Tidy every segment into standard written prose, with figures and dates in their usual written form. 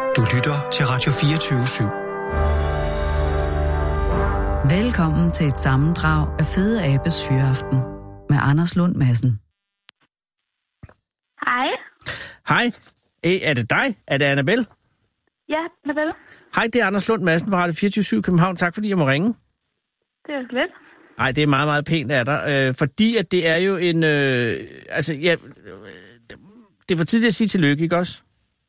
Du lytter til Radio 24/7. Velkommen til et sammendrag af Fede Abes Hyreaften med Anders Lund Madsen. Hej. Hej. Er det dig? Er det Annabelle? Ja, Annabelle. Hej, det er Anders Lund Madsen fra Radio 24/7 København. Tak fordi jeg må ringe. Det er lidt. Nej, det er meget, meget pænt af dig. Fordi at det er jo en... det er for tidligt at sige tillykke, ikke også?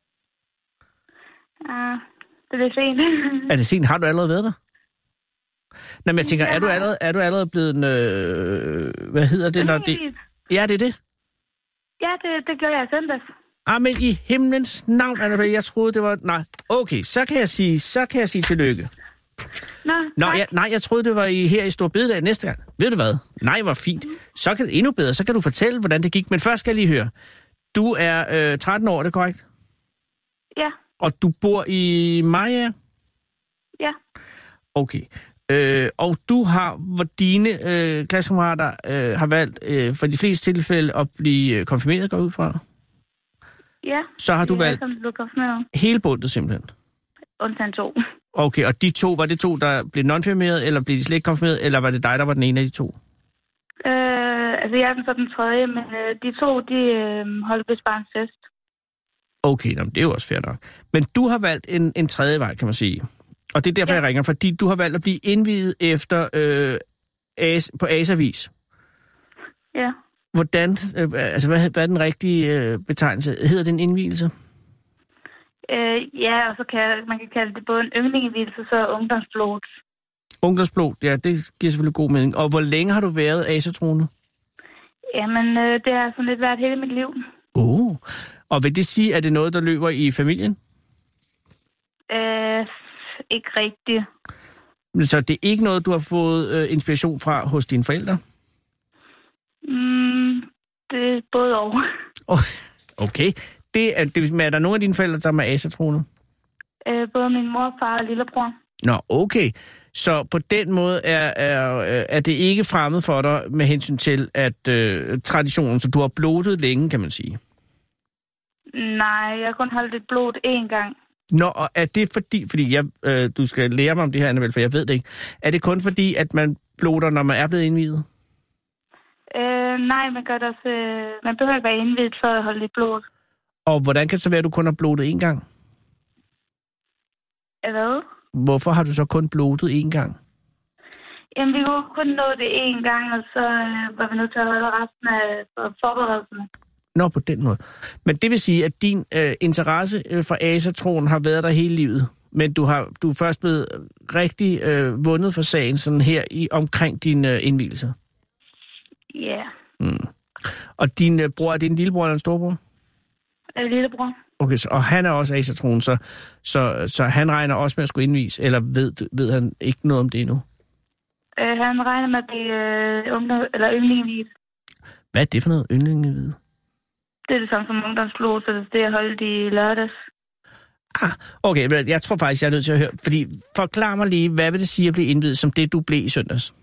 Det er lidt sent. Er det sent? Har du allerede været der? Nå, men jeg tænker, er du allerede blevet en... hvad hedder det, når det... Ja, det er det. Ja, det gjorde jeg i søndags. Men i himlens navn, Annabelle, jeg troede, det var... Nej, okay, så kan jeg sige tillykke. Jeg troede, det var her i Stor Bededag næste gang. Ved du hvad? Nej, hvor fint. Så kan det endnu bedre. Så kan du fortælle, hvordan det gik. Men først skal jeg lige høre. Du er 13 år, er det korrekt? Ja. Og du bor i Maja? Ja. Okay. Og du har, hvor dine klassekammerater har valgt for de fleste tilfælde at blive konfirmeret, går ud fra? Ja. Så har du valgt hele bundet simpelthen? Undtagen 2. Okay, og de 2, var det 2, der blev non-firmeret, eller blev de slet ikke konfirmeret, eller var det dig, der var den ene af de 2? Jeg er så den tredje, men de 2, de holdt vist bare en fest. Okay, det er jo også fair nok. Men du har valgt en tredje vej, kan man sige. Og det er derfor, jeg ringer, fordi du har valgt at blive indviet efter på ASAvis. Ja. Hvordan, hvad er den rigtige betegnelse? Hedder det en indvielse? Ja, og så man kan kalde det både en yndlingevielse, så ungdomsblod. Ungdomsblod, ja, det giver selvfølgelig god mening. Og hvor længe har du været asatroende? Jamen, det har sådan lidt været hele mit liv. Og vil det sige, at det er noget, der løber i familien? Ikke rigtigt. Men så det er ikke noget, du har fået inspiration fra hos dine forældre? Det er både og. Okay. Er der nogen af dine forældre, der er asatroende? Både min mor, far og lillebror. Nå, okay. Så på den måde er det ikke fremmed for dig med hensyn til, at traditionen, så du har blodet længe, kan man sige? Nej, jeg har kun holdt et blod én gang. Nå, og er det fordi du skal lære mig om det her, Annabelle, for jeg ved det ikke. Er det kun fordi, at man bloder, når man er blevet indviet? Nej, man gør det også. Man behøver ikke være indviet for at holde et blod. Og hvordan kan det så være, at du kun har blodet én gang? Hvad? Hvorfor har du så kun blodet én gang? Jamen, vi kunne kun nå det én gang, og så var vi nødt til at holde resten af forberedelserne. Nå, på den måde. Men det vil sige, at din interesse for asatroen har været der hele livet, men du er først blevet rigtig vundet for sagen sådan her omkring din indvielse. Ja. Yeah. Og din bror, er det en lillebror eller en storbror? Lillebror. Okay, og han er også asatroen, så han regner også med at skulle indvise, eller ved han ikke noget om det endnu? Han regner med, at det er yndlingevis. Hvad er det for noget, yndlingevis? Det er det samme som ungdomsblod, så det er det, jeg holdt i lørdags. Okay, jeg tror faktisk, jeg er nødt til at høre, fordi forklar mig lige, hvad vil det sige at blive indviet som det, du blev i søndags?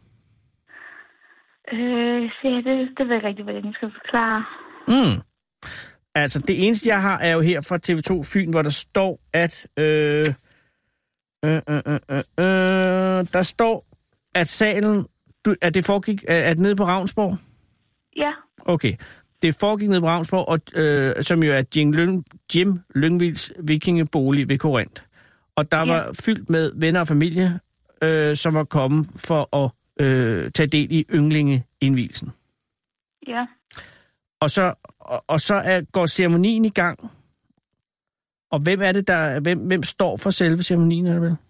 Det ved jeg ikke rigtig, hvordan jeg skal forklare. Altså, det eneste, jeg har, er jo her fra TV2 Fyn, hvor der står, at der står, at salen, at det foregik, at nede på Ravnsborg? Ja. Okay. Det foregik nede på Ravnsborg, og, som jo er Jim Lyngvilds vikingebolig ved Korinth. Og der var fyldt med venner og familie, som var kommet for at tage del i yndlingeindvielsen. Ja. Og så går ceremonien i gang. Og hvem er det, hvem står for selve ceremonien, er det vel?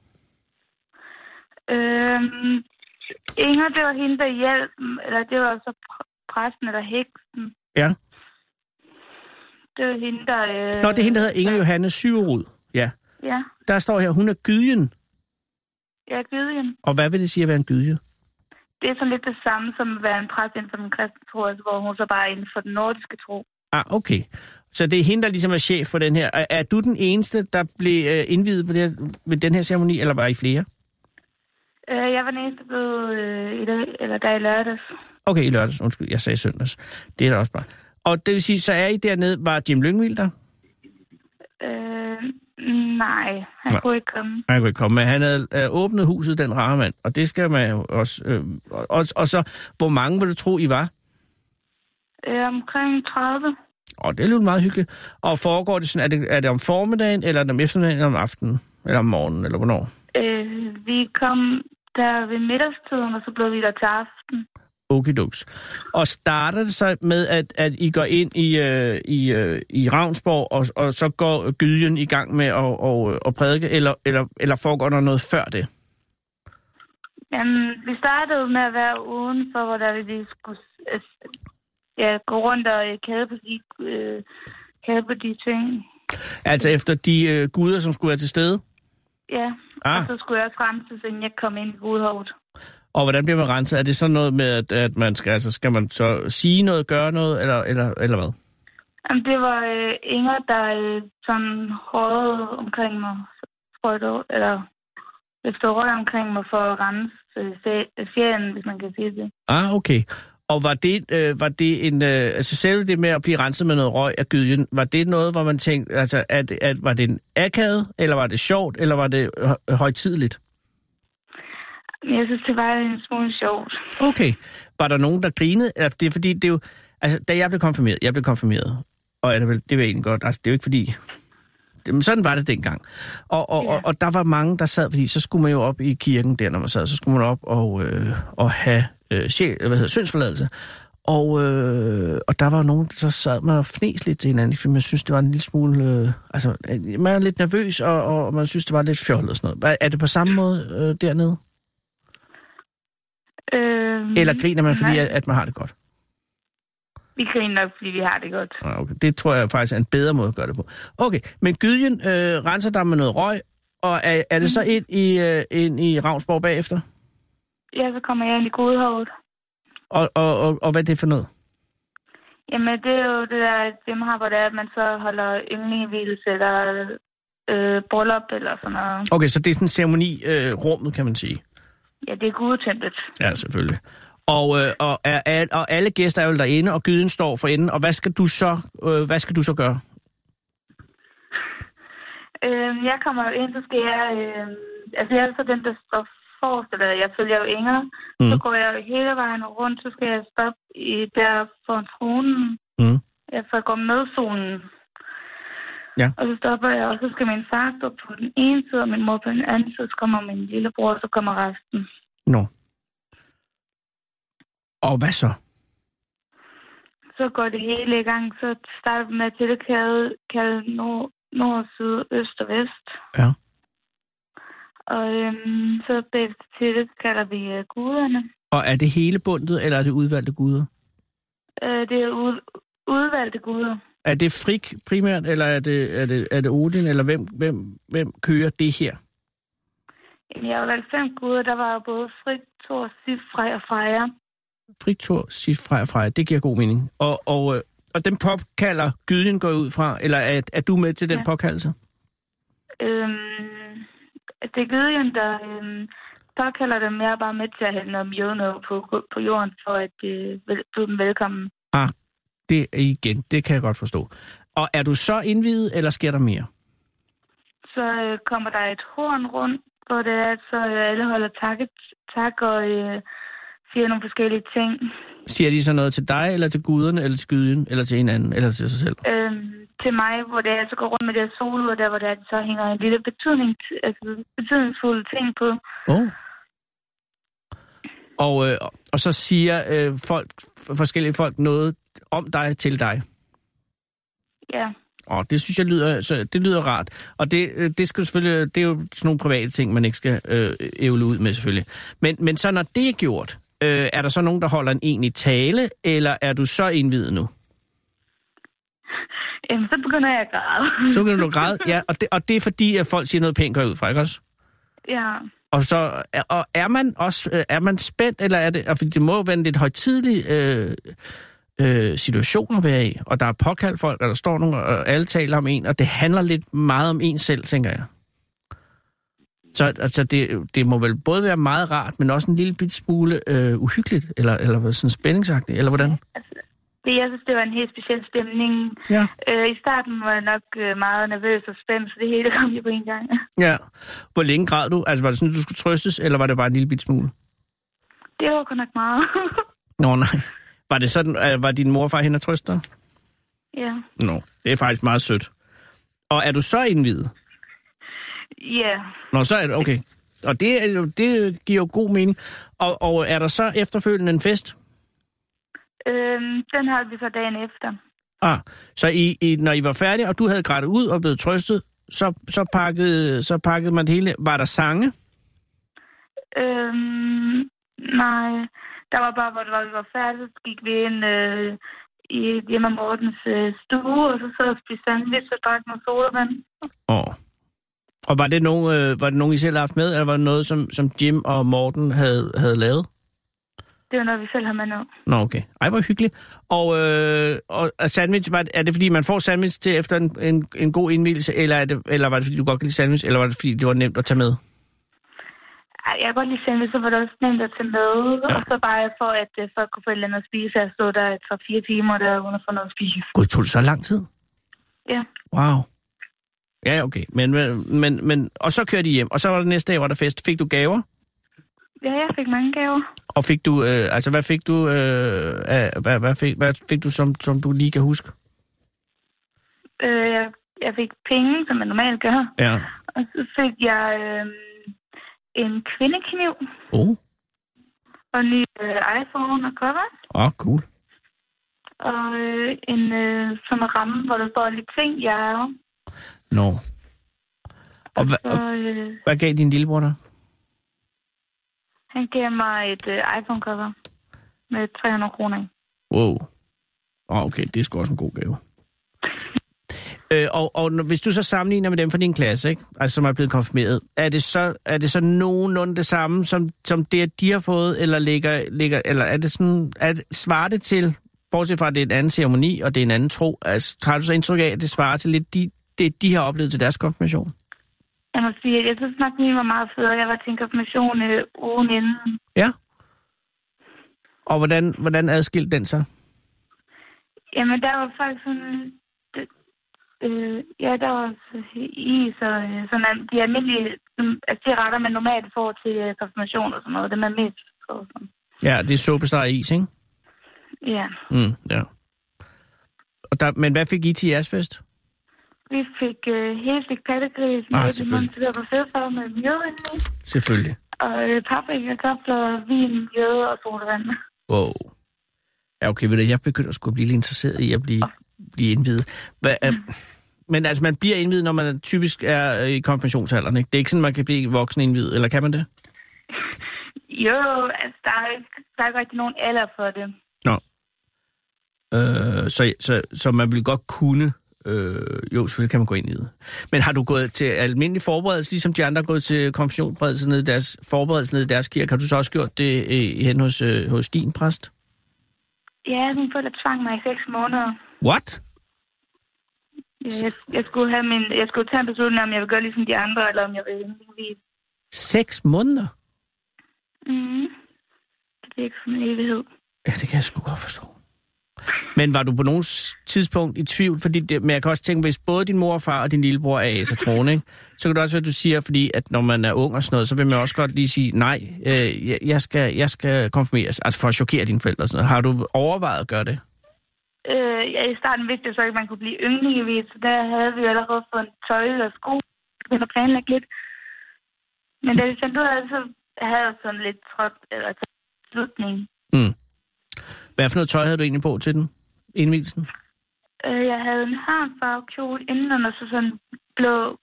Inger, det var hende, der hjalp, eller det var så præsten eller heksen. Ja. Det var hende, der... Nå, det er hende, der hedder Inger Johanne Syverud. Ja. Ja. Der står her, hun er gydjen. Ja, gydjen. Og hvad vil det sige at være en gydje? Det er sådan lidt det samme som at være en præst inden for den kristne tro, altså, hvor hun så bare er inden for den nordiske tro. Okay. Så det er hende, der ligesom er chef for den her. Er du den eneste, der blev indviet på ved den her ceremoni, eller var I flere? Jeg var den eneste, der i lørdags. Okay, i lørdags. Undskyld, jeg sagde søndags. Det er da også bare. Og det vil sige, så er I dernede, var Jim Lyngvild der? Nej, han kunne ikke komme. Han kunne ikke komme, men han havde åbnet huset, den rare mand, og det skal man jo også... Og så, hvor mange vil du tro, I var? Omkring 30. Det er lidt meget hyggeligt. Og foregår det sådan, er det om formiddagen, eller om eftermiddagen, eller om aftenen, eller om morgenen, eller hvornår? Vi kom der ved middagstiden, og så blev vi der til aften. Okidoks. Og starter det så med, at I går ind i Ravnsborg, og så går Gydjen i gang med at prædike, eller foregår der noget før det? Jamen, vi startede med at være udenfor, hvor der vi skulle gå rundt og kæde på de ting. Altså efter de guder, som skulle være til stede? Ja, og så skulle jeg også renses, inden jeg kom ind i gudhovedet. Og hvordan bliver man renset? Er det sådan noget med, at man skal man så sige noget, gøre noget, eller hvad? Jamen, det var Inger, der sådan hårede omkring mig, eller efter røg omkring mig for at rense ferien, hvis man kan sige det. Okay. Og var det en... altså selv det med at blive renset med noget røg af Gydjen, var det noget, hvor man tænkte, altså, var det en akavet, eller var det sjovt, eller var det højtideligt? Jeg synes, det var en smule sjovt. Okay. Var der nogen, der grinede? Det er fordi, det er jo... Altså, da jeg blev konfirmeret, og det var egentlig godt, altså det er jo ikke fordi... Men sådan var det dengang. Og der var mange, der sad, fordi så skulle man jo op i kirken der, når man sad, så skulle man op og have syndsforladelse. Og der var nogen, så sad man og fnes lidt til hinanden, fordi man synes, det var en lille smule... man er lidt nervøs, og man synes, det var lidt fjollet og sådan noget. Er det på samme måde dernede? Eller griner man, fordi at man har det godt? Vi griner nok, fordi vi har det godt. Okay. Det tror jeg faktisk er en bedre måde at gøre det på. Okay, men Gydjen renser dig med noget røg, og er det så ind i Ravnsborg bagefter? Ja, så kommer jeg ind i gudhovedet. Og hvad er det for noget? Jamen, det er jo det der dem her, hvor det er, at man så holder yndlingevielse eller bryllup eller sådan noget. Okay, så det er sådan en ceremoni rummet, kan man sige? Ja, det er gudetemplet. Ja, selvfølgelig. Og alle gæster er jo derinde, og Gydjen står for enden. Og hvad skal du så gøre? Jeg kommer jo ind, så skal jeg... jeg er så den, der står forrest, eller jeg følger jo Inger. Så går jeg jo hele vejen rundt, så skal jeg stoppe der foran tronen. For at gå med solen. Ja. Og så stopper jeg, og så skal min far stå på den ene side, og min mor på den anden side, så kommer min lillebror, og så kommer resten. Nå. Og hvad så? Så går det hele i gang. Så starter vi med at tilkalde nord, syd, øst og vest. Ja. Og så bagefter tilkalder vi guderne. Og er det hele bundet, eller er det udvalgte guder? Det er udvalgte guder. Er det Frigg primært, eller er det Odin, eller hvem kører det her? Jamen, jeg har valgt 5 guder. Der var både Frigg, Thor, Sif, Frej og Freja. Frigg, Thor, Sif, Frej og Freja. Det giver god mening. Og den påkalder Gydjen går ud fra, eller er du med til den påkaldelse? Det er Gydjen, der påkalder dem. Jeg er bare med til at hælde noget mjød på jorden, for at byde dem velkommen. Det kan jeg godt forstå. Og er du så indviet, eller sker der mere? Så kommer der et horn rundt, hvor det er, så alle holder tak og siger nogle forskellige ting. Siger de så noget til dig, eller til guderne, eller til Gydjen, eller til hinanden, eller til sig selv? Til mig, hvor det er, så går rundt med det her solo, og der, hvor det er, så hænger en lille betydningsfuld ting på. Og så siger forskellige folk noget om dig til dig? Ja. Det synes jeg lyder rart. Og det skal selvfølgelig, det er jo sådan nogle private ting, man ikke skal ævle ud med selvfølgelig. Men så når det er gjort, er der så nogen, der holder en egentlig tale, eller er du så indviet nu? Jamen, så begynder jeg at græde. Så begynder du at græde, ja. Og det er fordi, at folk siger noget pænt går ud fra, ikke også? Ja. Og er man spændt, eller er det... For det må være en lidt højtidelig situation at være i, og der er påkaldt folk, og der står nogen, og alle taler om en, og det handler lidt meget om en selv, tænker jeg. Så altså, det må vel både være meget rart, men også en lille bit smule uhyggeligt, eller sådan spændingsagtigt, eller hvordan? Altså, Jeg synes, det var en helt speciel stemning. Ja. I starten var jeg nok meget nervøs og spændt, så det hele kom jo på en gang. Ja. Hvor længe græd du? Altså, var det sådan, at du skulle trøstes, eller var det bare en lille bit smule? Det var godt nok meget. Nå, nej. Var det sådan, var din mor og far hen og trøste dig? Ja. Nå, det er faktisk meget sødt. Og er du så indviet? Ja. Nå, så er det okay. Og det giver jo god mening. Og er der så efterfølgende en fest? Den havde vi så dagen efter. Så når I var færdige, og du havde grædt ud og blevet trøstet, så pakkede man det hele. Var der sange? Nej. Der var bare, hvor vi var færdige, så gik vi ind i hjemme Mortens stue, og så sad og spiste sandwich og drak noget sodavand. Og var det nogen, I selv har haft med, eller var det noget, som Jim og Morten havde lavet? Det var noget, vi selv har med nu. Nå, okay. Ej, hvor hyggeligt. Og sandwich, er det fordi, man får sandwich til efter en god indvielse, eller var det fordi, du godt kan lide sandwich, eller var det fordi, det var nemt at tage med? Jeg kan godt lide sandwich, så var det også nemt at tage med, og så bare for, at folk kunne få et eller andet at spise, og stå der for 4 timer, der uden at få noget at spise. Gud, tog det så lang tid? Ja. Wow. Ja, okay. Men og så kørte I hjem, og så var det næste dag, var der fest. Fik du gaver? Ja, jeg fik mange gaver. Og fik du, hvad fik du, hvad fik du, som du lige kan huske? Jeg fik penge, som man normalt gør. Ja. Og så fik jeg en kvindekniv. Og en ny iPhone og cover. Cool. Og en sådan ramme, hvor der står lidt ting, jeg er. Nå. Og hvad gav din lillebror dig? Han gav mig et iPhone-cover med 300 kroner i. Wow. Okay, det er sgu også en god gave. Og hvis du så sammenligner med dem fra din klasse, ikke? Altså som er blevet konfirmeret, er det så nogenlunde det samme som det, de har fået, eller eller er det sådan, svarer det til, bortset fra at det er en anden ceremoni, og det er en anden tro, altså har du så indtryk af, at det svarer til lidt det, de har oplevet til deres konfirmation? Jeg må sige, at jeg synes nok, det var meget federe. Jeg var til en konfirmation ugen inden. Ja. Og hvordan adskilte den sig? Jamen, der var faktisk sådan... der var is og sådan de almindelige... Altså, de retter, man normalt får til konfirmation og sådan noget. Det man mest får sådan. Ja, det er suppesteg og is, ikke? Ja. Ja. Men hvad fik I til jeres fest? Vi fik helt stik pattegris med i munden, der var fedtfarve med mjød indeni. Selvfølgelig. Og paprika, kartofler, vin, mjød og sodavand. Wow. Ja, okay, ved du, jeg begynder at skulle blive lidt interesseret i at blive indviet. Men altså, man bliver indviet, når man typisk er i konfirmationsalderen, ikke? Det er ikke sådan, man kan blive voksen indviet, eller kan man det? Jo, altså, der er ikke rigtig nogen alder for det. Nå. Så man vil godt kunne... jo, selvfølgelig kan man gå ind i det. Men har du gået til almindelig forberedelse, ligesom de andre har gået til konfirmationsforberedelse nede i deres kirke? Har du så også gjort det hen hos din præst? Ja, min forældre tvang mig i 6 måneder. What? Ja, jeg skulle tage en beslutning, om jeg vil gøre ligesom de andre, eller om jeg vil indvige. 6 måneder? Det er ikke sådan en evighed. Ja, det kan jeg sgu godt forstå. Men var du på nogen tidspunkt i tvivl? Men jeg kan også tænke, hvis både din mor og far og din lillebror er asatroende, ikke? Så kan det også være, at du siger, fordi at når man er ung og sådan noget, så vil man også godt lige sige, nej, jeg skal konfirmeres, altså for at chokere dine forældre og sådan noget. Har du overvejet at gøre det? I starten vidste jeg så ikke, at man kunne blive yndlingevis, så der havde vi allerede fået tøj og sko, og planlægge lidt. Men da vi fandt ud af det, så havde jeg sådan lidt trådt, eller slutning. Hvad for noget tøj havde du egentlig på til den indvielsen? Jeg havde en harmfarve kjole inden, og så sådan blå...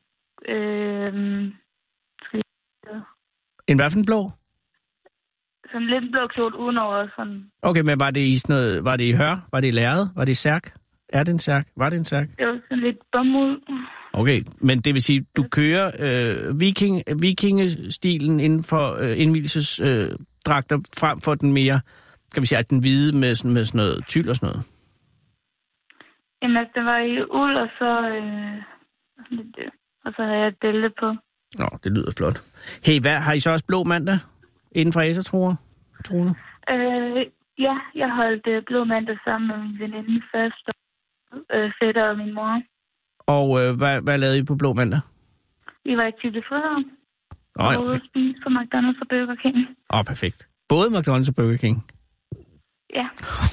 En hvad for en blå? Sådan lidt blå kjole udenover sådan. Okay, men var det i sådan noget... Var det i hør? Var det i lærred? Var det i særk? Er det en særk? Var det en særk? Det var sådan lidt bomuld. Okay, men det vil sige, du kører vikingestilen inden for indvielsesdragter frem for den mere... Kan vi sige, at den hvide med sådan noget tyld og sådan noget? Jamen, altså, det var i uld, og så havde jeg et bælte på. Nå, det lyder flot. Hey, har I så også blå mandag inden for asatroerne? Ja, jeg holdt blå mandag sammen med min veninde først, fætter og min mor. Og hvad lavede I på blå mandag? Vi var i Tivoli Frihavn. Og ude at spise på McDonald's og Burger King. Perfekt. Både McDonald's og Burger King? Ja.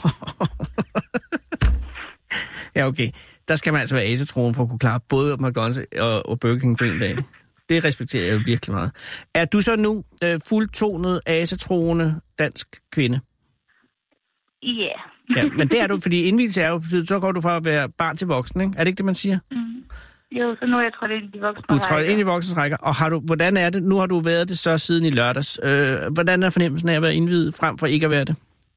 Ja, okay. Der skal man altså være asetroen for at kunne klare både McDonald's og Burger King på en dag. Det respekterer jeg jo virkelig meget. Er du så nu fuldtonet asetroende dansk kvinde? Yeah. Ja, men det er du, fordi indvielse er jo, så går du fra at være barn til voksen, ikke? Er det ikke det, man siger? Mm. Jo, så nu er jeg trådt ind i de voksne rækker. Du er trådt ind i voksnes rækker, og hvordan er det? Nu har du været det så siden i lørdags. Hvordan er fornemmelsen af at være indviet frem for ikke at være det?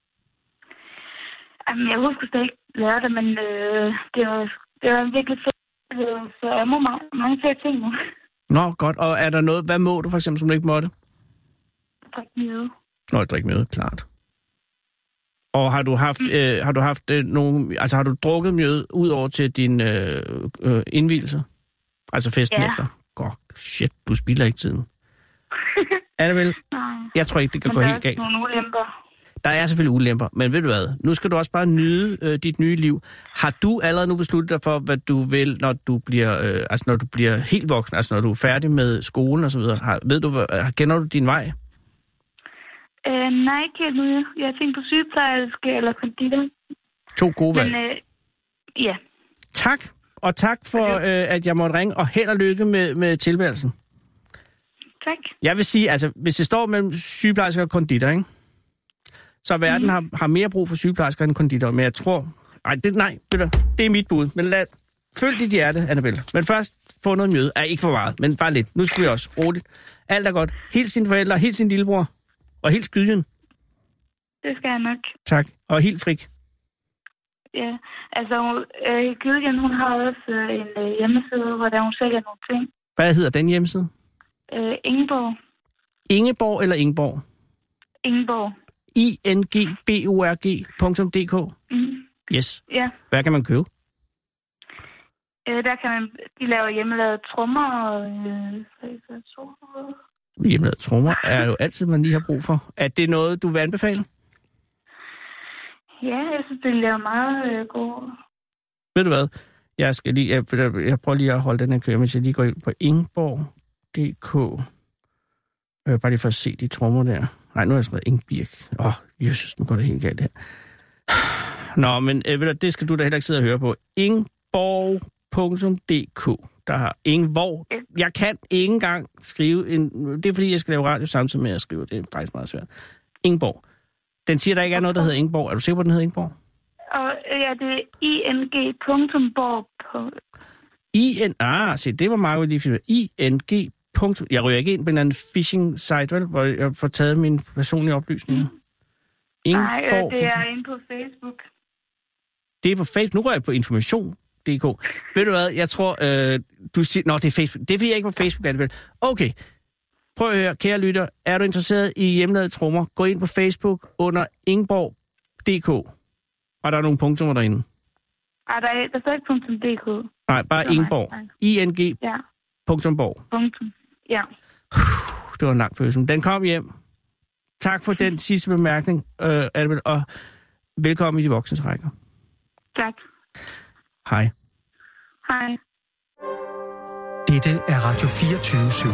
Jamen, jeg husker slet ikke lørdag, men det var virkelig fedt. Så jeg må mange flere ting nu. Nå, godt. Og er der noget, hvad må du for eksempel, som du ikke måtte? Drik mjøde. Nå, drik mjøde, klart. Og har du haft nogen, altså har du drukket mjøde ud over til din indvielse? Altså festen efter? God, shit, du spilder ikke tiden. Er det vel? Nej. Jeg tror ikke, det kan gå helt galt. Men der er nogle ulemper. Der er selvfølgelig ulemper, men ved du hvad? Nu skal du også bare nyde dit nye liv. Har du allerede nu besluttet dig for, hvad du vil, når du bliver helt voksen, altså når du er færdig med skolen og så videre? Kender du din vej? Nej, ikke helt nu. Jeg har tænkt på sygeplejerske eller konditor. 2 gode valg. Men ja. Tak, og tak for, at jeg måtte ringe, og held og lykke med tilværelsen. Tak. Jeg vil sige, altså, hvis det står mellem sygeplejersker og konditor, ikke? Så verden har mere brug for sygeplejersker end konditor, men jeg tror... det er mit bud, men følg dit hjerte, Annabelle. Men først få noget mjøde. Ikke for meget, men bare lidt. Nu skal vi også roligt. Alt er godt. Hils dine forældre, hils din lillebror, og hils Gydjen. Det skal jeg nok. Tak. Og helt Frik. Ja, altså Gydjen, hun har også en hjemmeside, hvor der hun sælger nogle ting. Hvad hedder den hjemmeside? Ingeborg. Ingeborg eller Ingeborg? Ingeborg. ingborg.dk. Yes. Ja. Hvad kan man købe? Der kan man... De laver hjemmelavede trommer og... Hjemmelavede trommer er jo altid, man lige har brug for. Er det noget, du vil anbefale? Ja, jeg synes, det laver meget gode. Ved du hvad? Jeg prøver lige at holde den her køre, mens jeg lige går ind på ingborg.dk. Bare lige for at se de trommer der. Nej, nu har jeg skrevet Ingebirk. Jesus, nu går det helt galt her. Nå, men det skal du da heller ikke sidde og høre på. Ingborg.dk. Der har Ingeborg. Jeg kan ikke engang skrive det er fordi, jeg skal lave radio samtidig med at skrive. Det er faktisk meget svært. Ingeborg. Den siger, der ikke er noget, der hedder Ingeborg. Er du sikker på, den hedder Ingeborg? Ja, det er ing.borg. Se, det var meget lige fint. ing. Jeg ryger ikke ind på en eller anden phishing site, vel, hvor jeg får taget mine personlige oplysninger. Nej, det er inde på Facebook. Det er på Facebook. Nu rører jeg på information.dk. Ved du hvad, jeg tror, du siger... Nå, det er Facebook. Det er fordi, jeg ikke på Facebook, Annabelle. Okay. Prøv at høre, kære lytter. Er du interesseret i hjemmelavede trommer, gå ind på Facebook under ingborg.dk. Og der er nogle punkter derinde. Der står ikke .dk. Nej, bare Ingeborg. ing. Ja. .borg. Ja. Det var en lang følelse. Den kom hjem. Tak for den sidste bemærkning, Annabelle, og velkommen i de voksnes rækker. Tak. Hej. Hej. Dette er Radio 24/7.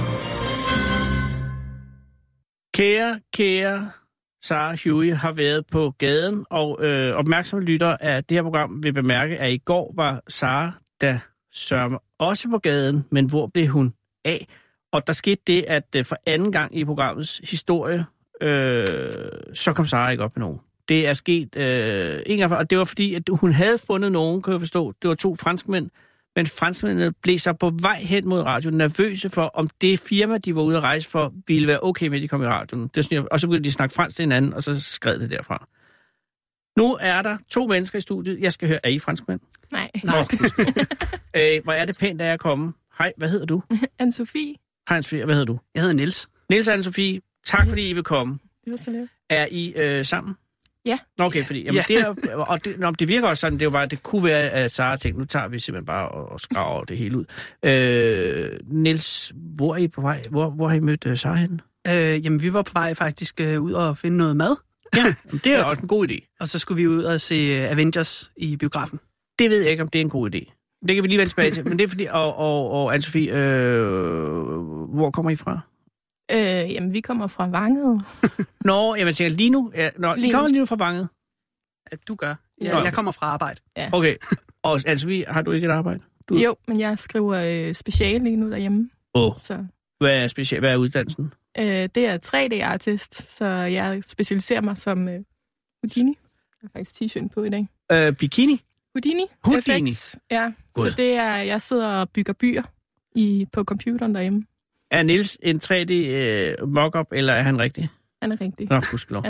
Kære Sarah Huey har været på gaden, og opmærksomme lyttere af det her program vil bemærke, at i går var Sarah der sørme også på gaden, men hvor blev hun af? Og der skete det, at for anden gang i programmets historie, så kom Sarah ikke op med nogen. Det er sket en gang, og det var fordi, at hun havde fundet nogen, kan jeg forstå. Det var 2 franskmænd, men franskmændene blev så på vej hen mod radioen, nervøse for, om det firma, de var ude at rejse for, ville være okay med, at de kom i radioen. Og så begyndte de at snakke fransk til hinanden, og så skred det derfra. Nu er der 2 mennesker i studiet. Jeg skal høre, er I franskmænd? Nej. Hvor er det pænt, at jeg er kommet. Hej, hvad hedder du? Anne-Sophie. Hej, Anne-Sophie. Hvad hedder du? Jeg hedder Niels. Niels og Anne-Sophie, tak fordi I vil komme. Det var så lidt. Er I sammen? Ja. Okay, fordi det virker også sådan, det er jo bare, det kunne være, at Sarah tænkte, nu tager vi simpelthen bare og skraver det hele ud. Niels, hvor er I på vej? Hvor har I mødt Sarah henne? Jamen, vi var på vej faktisk ud og finde noget mad. Ja, det er også en god idé. Og så skulle vi ud og se Avengers i biografen. Det ved jeg ikke, om det er en god idé. Det kan vi lige vende tilbage til. Men det er fordi... Og Anne-Sophie, hvor kommer I fra? Jamen, vi kommer fra Vanget. Nå, jeg tænker lige nu... I kommer lige nu fra Vanget? At du gør. Ja, jeg kommer fra arbejde. Ja. Okay. Og Anne-Sophie, har du ikke et arbejde? Jo, men jeg skriver speciale lige nu derhjemme. Så. Hvad er uddannelsen? Det er 3D-artist, så jeg specialiserer mig som Houdini. Jeg har faktisk t-shirt på i dag. Bikini? Houdini. FX. Ja, God. Så det er, jeg sidder og bygger byer på computeren derhjemme. Er Niels en 3D mock-up, eller er han rigtig? Han er rigtig. Nå, gudskelov.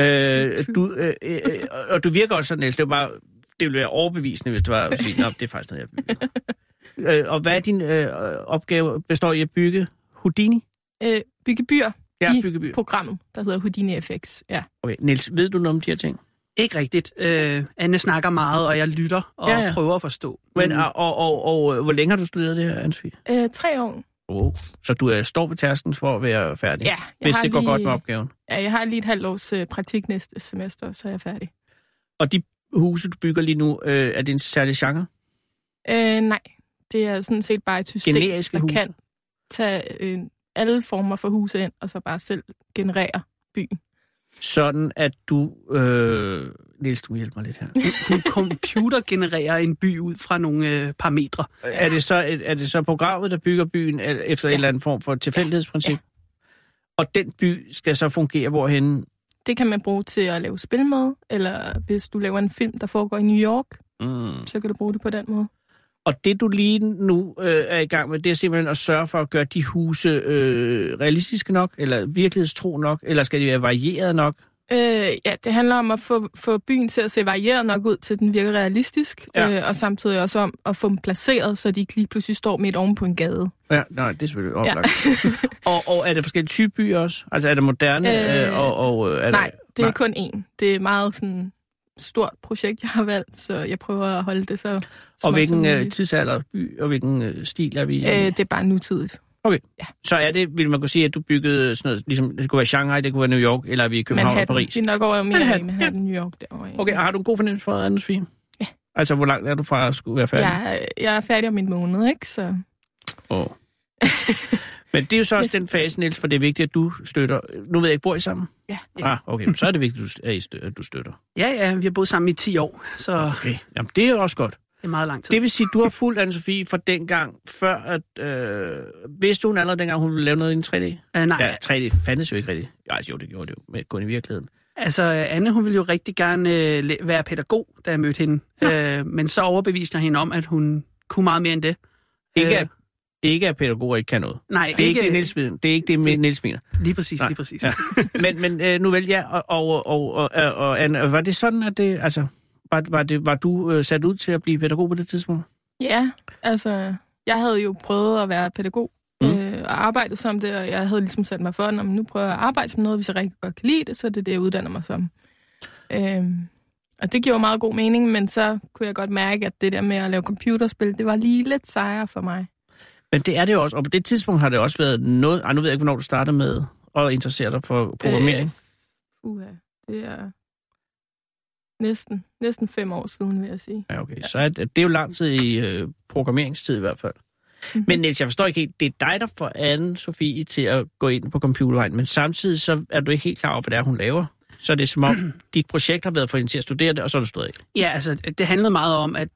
Og du virker også sådan, Niels. Det ville være overbevisende, hvis det var at sige, det er faktisk noget, jeg bygger. Og hvad er din opgave? Består i at bygge Houdini? Bygge byer i programmet, der hedder Houdini FX. Ja. Okay, Niels, ved du noget om de her ting? Ikke rigtigt. Anne snakker meget, og jeg lytter og prøver at forstå. Men, og hvor længe har du studeret det her, Anne-Sophie? 3 år. Så du står ved tærsklen for at være færdig? Ja. Hvis det går godt med opgaven? Ja, jeg har lige et halvt års praktik næste semester, så er jeg færdig. Og de huse, du bygger lige nu, er det en særlig genre? Nej, det er sådan set bare et system, generiske huse? Kan tage alle former for huse ind, og så bare selv generere byen. Sådan at du... Niels, du må hjælpe mig lidt her. Hun computergenererer en by ud fra nogle parametre. Er det så programmet, der bygger byen efter en eller anden form for tilfældighedsprincip? Ja. Og den by skal så fungere hvorhenne? Det kan man bruge til at lave spil med, eller hvis du laver en film, der foregår i New York, så kan du bruge det på den måde. Og det, du lige nu er i gang med, det er simpelthen at sørge for at gøre de huse realistiske nok, eller virkelighedstro nok, eller skal de være varieret nok? Ja, det handler om at få byen til at se varieret nok ud, til den virker realistisk, og samtidig også om at få dem placeret, så de ikke lige pludselig står midt oven på en gade. Ja, nej, det er selvfølgelig oplagt. Ja. og er det forskellige typer byer også? Altså er det moderne? Nej, det er kun én. Det er meget sådan stort projekt, jeg har valgt, så jeg prøver at holde det så. Og hvilken tidsalder by, og hvilken stil er vi i? Det er bare nutidigt. Okay, ja. Så er det, vil man kunne sige, at du byggede sådan noget, ligesom det kunne være Shanghai, det kunne være New York, eller er vi i København Manhattan. Og Paris? Vi er nok over mere i Manhattan, New York derovre. Okay, har du en god fornemmelse for Anne-Sophie? Ja. Altså, hvor langt er du fra at skulle være færdig? Jeg er færdig om en måned, ikke? Så... Men det er jo så også den fase, Niels, for det er vigtigt, at du støtter. Nu ved jeg ikke, bor I sammen? Ja. Okay, så er det vigtigt, at du støtter. Ja, vi har boet sammen i 10 år, så... Okay, jamen det er jo også godt. Det er meget lang tid. Det vil sige, at du har fulgt Anne-Sophie fra dengang, før at... vidste hun allerede dengang, hun ville lave noget i en 3D? Nej. Ja, 3D fandtes jo ikke rigtigt. Jo, det gjorde det jo, men kun i virkeligheden. Altså, Anne, hun ville jo rigtig gerne være pædagog, da jeg mødte hende. Ja. Men så overbeviste jeg hende om, at hun kunne meget mere end det. Ikke at pædagoger ikke kan noget. Nej, det er ikke det, Niels ved. Det er ikke det, Niels mener. Lige præcis. Ja. Men nu vel, ja, og Anne, var det sådan, at det, altså, var du sat ud til at blive pædagog på det tidspunkt? Ja, altså, jeg havde jo prøvet at være pædagog og arbejdet som det, og jeg havde ligesom sat mig for, at nu prøver jeg at arbejde som noget, hvis jeg rigtig godt kan lide det, så det er det, jeg uddanner mig som. Og det giver meget god mening, men så kunne jeg godt mærke, at det der med at lave computerspil, det var lige lidt sejere for mig. Men det er det jo også, og på det tidspunkt har det også været noget... nu ved jeg ikke, hvornår du startede med at interessere dig for programmering. Det er næsten 5 år siden, vil jeg sige. Ja, okay. Så det er jo lang tid i programmeringstid i hvert fald. Mm-hmm. Men Niels, jeg forstår ikke helt, det er dig, der får Anne-Sophie til at gå ind på computervejen, men samtidig så er du ikke helt klar over, hvad det er, hun laver. Så er det som om, dit projekt har været for hende til at studere det, og så er du stået ikke. Ja, altså, det handlede meget om at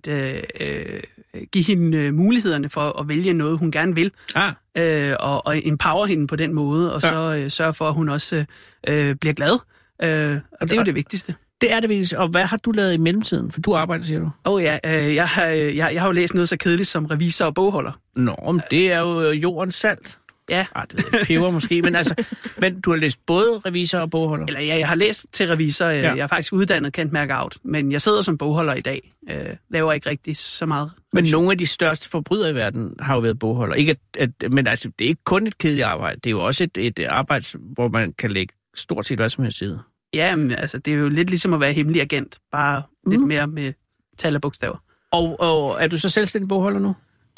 give hende mulighederne for at vælge noget, hun gerne vil. Og empower hende på den måde, og så sørge for, at hun også bliver glad. Og det er jo det vigtigste. Det er det vigtigste. Og hvad har du lavet i mellemtiden? For du arbejder, siger du? Jeg har jo læst noget så kedeligt som revisor og bogholder. Nå, men det er jo jordens salt. Ja. Det ved jeg, peber måske, men du har læst både revisor og bogholder? Eller jeg har læst til revisor. Jeg er faktisk uddannet Cantmærke-out, men jeg sidder som bogholder i dag. Laver ikke rigtig så meget. Men nogle af de største forbrydere i verden har jo været bogholder. Men altså, det er ikke kun et kedeligt arbejde. Det er jo også et arbejde, hvor man kan lægge stort set hvad som helst side. Ja, men altså, det er jo lidt ligesom at være hemmelig agent. Bare lidt mere med tal og bogstaver. Og er du så selvstændig bogholder nu?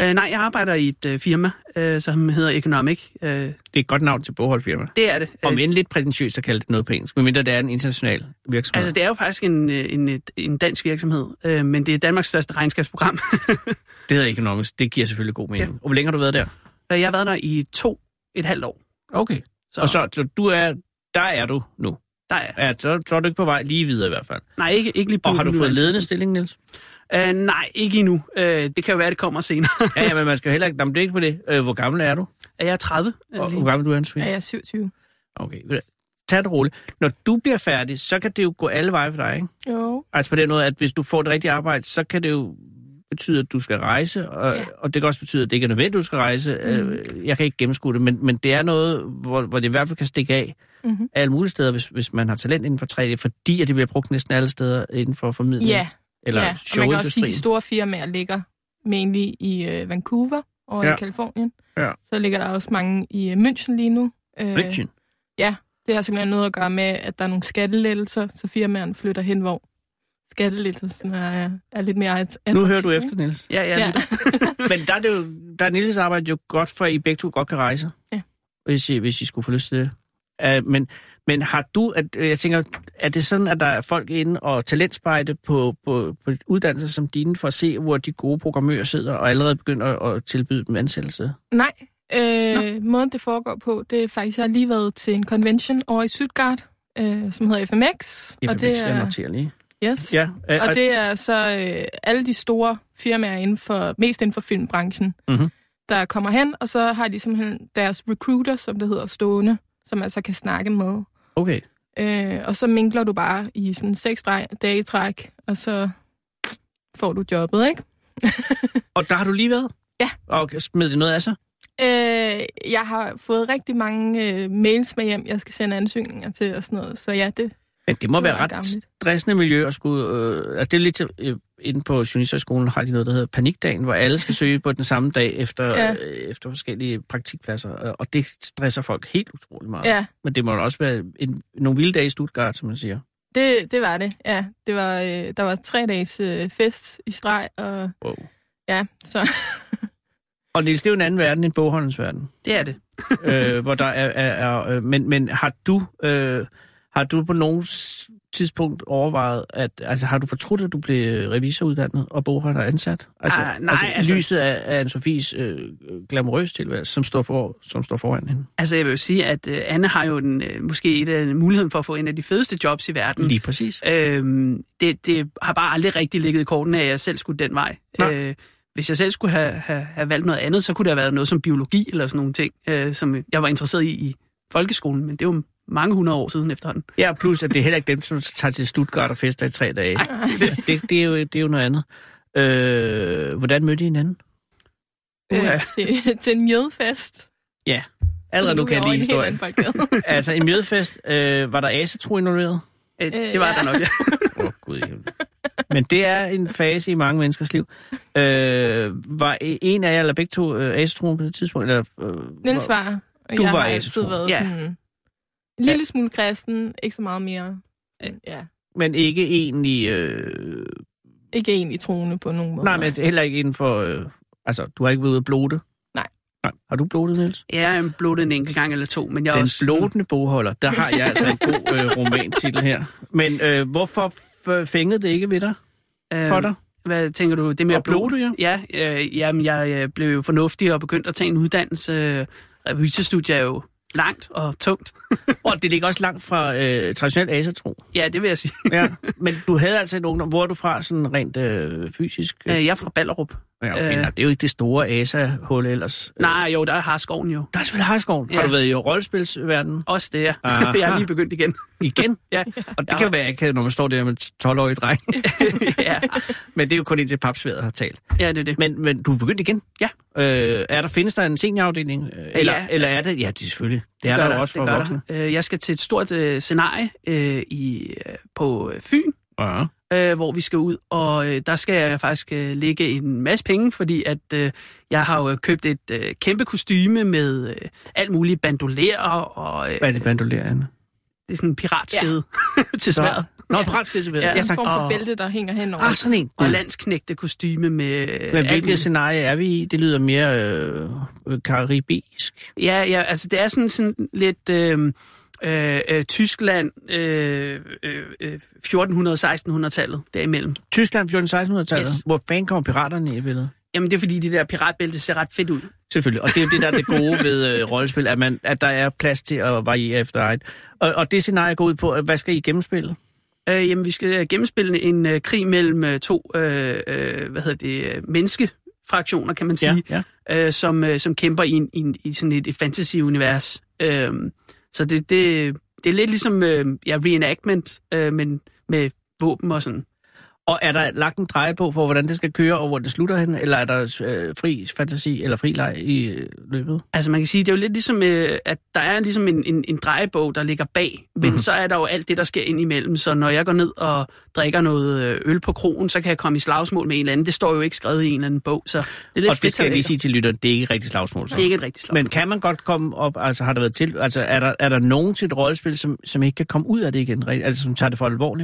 Nej, jeg arbejder i et firma, som hedder Economic. Det er et godt navn til bogholdfirma. Det er det. Om end lidt prætentiøst at kalde det noget på engelsk, medmindre det er en international virksomhed. Altså, det er jo faktisk en dansk virksomhed, men det er Danmarks største regnskabsprogram. Det hedder Economics. Det giver selvfølgelig god mening. Ja. Og hvor længe har du været der? Jeg har været der i 2,5 år. Okay. Så. Og så der er du nu? Der er jeg. Ja, så er du ikke på vej lige videre i hvert fald? Nej, ikke lige på. Og har du fået ledende stilling, Niels? Nej, ikke endnu. Det kan jo være, det kommer senere. ja, men man skal heller ikke... Jamen, det er ikke på det. Hvor gammel er du? Jeg er 30. Og hvor gammel du er, Anne-Sophie? Jeg er 27. Okay, tag det roligt. Når du bliver færdig, så kan det jo gå alle veje for dig, ikke? Jo. Altså på den måde, at hvis du får det rigtige arbejde, så kan det jo betyde, at du skal rejse, og det kan også betyde, at det ikke er nødvendigt, at du skal rejse. Jeg kan ikke gennemskue det, men det er noget, hvor det i hvert fald kan stikke af alle mulige steder, hvis man har talent inden for 3D, fordi at det bliver brugt næsten alle steder inden for formidling. Ja, eller og man kan også sige, at de store firmaer ligger mainly i Vancouver og i Kalifornien. Ja. Så ligger der også mange i München lige nu. München? Ja, det har simpelthen noget at gøre med, at der er nogle skattelettelser, så firmaerne flytter hen, hvor skattelettelsen er lidt mere attraktiv. Nu hører du efter, Niels. Ja. Men der er Niels arbejde jo godt for, at I begge to godt kan rejse. Ja. Hvis I skulle få lyst til det. Men har du, jeg tænker, er det sådan, at der er folk inde og talentspejde på uddannelser som dine, for at se, hvor de gode programmører sidder, og allerede begynder at tilbyde dem ansættelse? Nej. Måden det foregår på, det er faktisk, jeg har lige været til en convention over i Stuttgart, som hedder FMX. Og det er... jeg noterer lige. Yes. Ja, og det er så alle de store firmaer mest inden for filmbranchen, der kommer hen, og så har de simpelthen deres recruiter, som det hedder, stående, som altså kan snakke med. Okay. Og så minkler du bare i sådan 6 dage i træk, og så får du jobbet, ikke? Og der har du lige været? Ja. Og smed det noget af sig? Jeg har fået rigtig mange mails med hjem, jeg skal sende ansøgninger til og sådan noget, så ja, Men det må være ret stressende miljø at skulle... altså det er lidt inde på Journalisthøjskolen har de noget, der hedder panikdagen, hvor alle skal søge på den samme dag efter forskellige praktikpladser, og det stresser folk helt utroligt meget. Ja. Men det må også være nogle vilde dage i Stuttgart, som man siger. Det var det, ja. Der var 3 dages fest i streg, og ja, så... Og Niels, det er jo en anden verden end bogholdens verden. Det er det. Hvor der er men har du på nogen tidspunkt overvejet, altså har du fortrudt, at du blev revisoruddannet og bogholder ansat? Altså lyset af Anne-Sophies glamourøse tilværelse, som står foran hende. Altså jeg vil jo sige, at Anne har jo måske muligheden for at få en af de fedeste jobs i verden. Lige præcis. Det har bare aldrig rigtig ligget i kortene, at jeg selv skulle den vej. Hvis jeg selv skulle have valgt noget andet, så kunne det have været noget som biologi eller sådan nogle ting, som jeg var interesseret i folkeskolen, men det er jo mange 100 år siden efterhånden. Ja, plus at det er heller ikke dem, som tager til Stuttgart og fester i 3 dage. Det er jo noget andet. Hvordan mødte I hinanden? Til en mjødfest. Ja, allerede nu kan jeg lide historien. Altså, en mjødfest, var der asetro involveret? Det var der nok, ja. Gud, men det er en fase i mange menneskers liv. Var en af jer eller begge to asetroen på det tidspunkt? Eller, Niels var. Du var asetro. Ja. En lille smule kristen, ikke så meget mere. Ja. Men ikke egentlig... Ikke egentlig troende på nogen måde. Nej, men heller ikke inden for... altså, du har ikke været ude at blote? Nej. Har du blotet, Niels? Ja, jeg har blotet en enkelt gang eller 2, men jeg Den også... blotende bogholder, der har jeg altså en god romantitel her. Men hvorfor fængede det ikke ved dig? For dig? Hvad tænker du? Det med at blote, ja? Jamen, jeg blev jo fornuftig og begyndte at tage en uddannelse. Revysestudiet er jo langt og tungt. Og det ligger også langt fra traditionel asetro. Ja, det vil jeg sige. Ja. Men du havde altså en ungdom. Hvor er du fra sådan rent fysisk? Jeg er fra Ballerup. Ja, okay. Nej, det er jo ikke det store asa-hul ellers. Nej, jo, der er Harskoven jo. Der er selvfølgelig Harskoven. Ja. Har du været i rollespilsverdenen? Også det, ja. Jeg er lige begyndt igen. Igen? Ja. Og det kan være ikke, når man står der med 12-årig dreng. Ja. Men det er jo kun indtil papsværet har talt. Ja, det er det. Men du er begyndt igen? Ja. Findes der en seniorafdeling? Eller er det? Ja, det er selvfølgelig. Det er der også for voksne. Jeg skal til et stort scenarie på Fyn. Ja. Hvor vi skal ud, og der skal jeg faktisk lægge en masse penge, fordi at jeg har jo købt et kæmpe kostyme med alt muligt bandolerer. Og, hvad er det bandolerer, Anne? Det er sådan en piratskede til sværet. Nå, piratskede til sværet. Ja, en form for bælte, der hænger henover. Sådan en. Og landsknægte kostyme med... Men hvilket scenarie er vi i? Det lyder mere karibisk. Ja, altså det er sådan lidt... Tyskland 1400-1600-tallet derimellem. Tyskland 1400-1600-tallet? Yes. Hvor fanden kommer piraterne i billedet? Jamen det er fordi, det der piratbælte ser ret fedt ud. Selvfølgelig, og det er jo det, der er det gode ved rollespil, at der er plads til at variere efter eget. Og det scenarie går ud på, hvad skal I gennemspille? Jamen vi skal gennemspille en krig mellem to menneskefraktioner, kan man sige, som kæmper i sådan et fantasy-univers. Så det er lidt ligesom reenactment, men med våben og sådan. Og er der lagt en dreje på for, hvordan det skal køre, og hvor det slutter hen, eller er der fri fantasi eller fri leg i løbet? Altså man kan sige, det er jo lidt ligesom, at der er ligesom en drejebog, der ligger bag, men så er der jo alt det, der sker ind imellem. Så når jeg går ned og drikker noget øl på krogen, så kan jeg komme i slagsmål med en eller anden. Det står jo ikke skrevet i en eller anden bog, så det er lidt. Og det skal jeg lige sige til lytteren, det er ikke et rigtigt slagsmål. Så. Det er ikke et rigtigt slagsmål. Men kan man godt komme op, altså har der været til, altså er der nogen til et rollespil, som ikke kan komme ud af det igen, altså som tager det for alvorligt?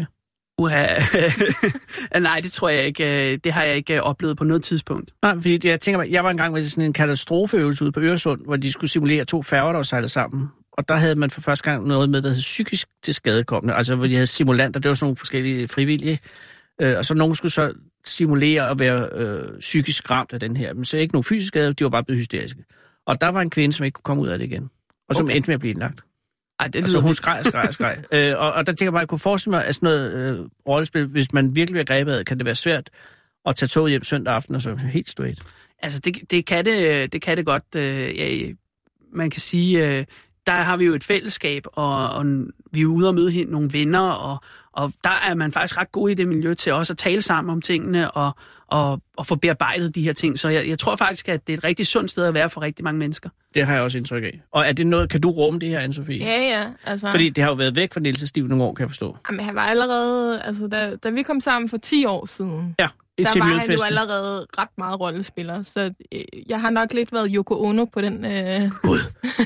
Nej, det tror jeg ikke. Det har jeg ikke oplevet på noget tidspunkt. Nej, fordi jeg tænker, jeg var engang med sådan en katastrofeøvelse ude på Øresund, hvor de skulle simulere 2 færger, der sejlede sammen. Og der havde man for første gang noget med, der hed psykisk tilskadekommende. Altså, hvor de havde simulanter, det var sådan nogle forskellige frivillige. Og så nogen skulle så simulere at være psykisk ramt af den her. Men så ikke nogen fysisk skade, de var bare blevet hysteriske. Og der var en kvinde, som ikke kunne komme ud af det igen. Og som endte med at blive indlagt. Ej, det altså hun skreg. Og der tænker jeg bare, at jeg kunne forestille mig, at sådan noget rollespil, hvis man virkelig bliver grebet af, kan det være svært at tage toget hjem søndag aften og så helt straight. Altså det kan det godt. Man kan sige, der har vi jo et fællesskab, og vi er ude og møde nogle venner, og der er man faktisk ret god i det miljø til også at tale sammen om tingene og få bearbejdet de her ting. Så jeg tror faktisk, at det er et rigtig sundt sted at være for rigtig mange mennesker. Det har jeg også indtryk af. Og er det noget, kan du rumme det her, Anne-Sophie? Ja. Altså... Fordi det har jo været væk fra Niels' liv nogle år, kan jeg forstå. Jamen, han var allerede... Altså, da vi kom sammen for 10 år siden... Ja. Der var han jo allerede ret meget rollespiller, så jeg har nok lidt været Yoko Ono på den... Gud!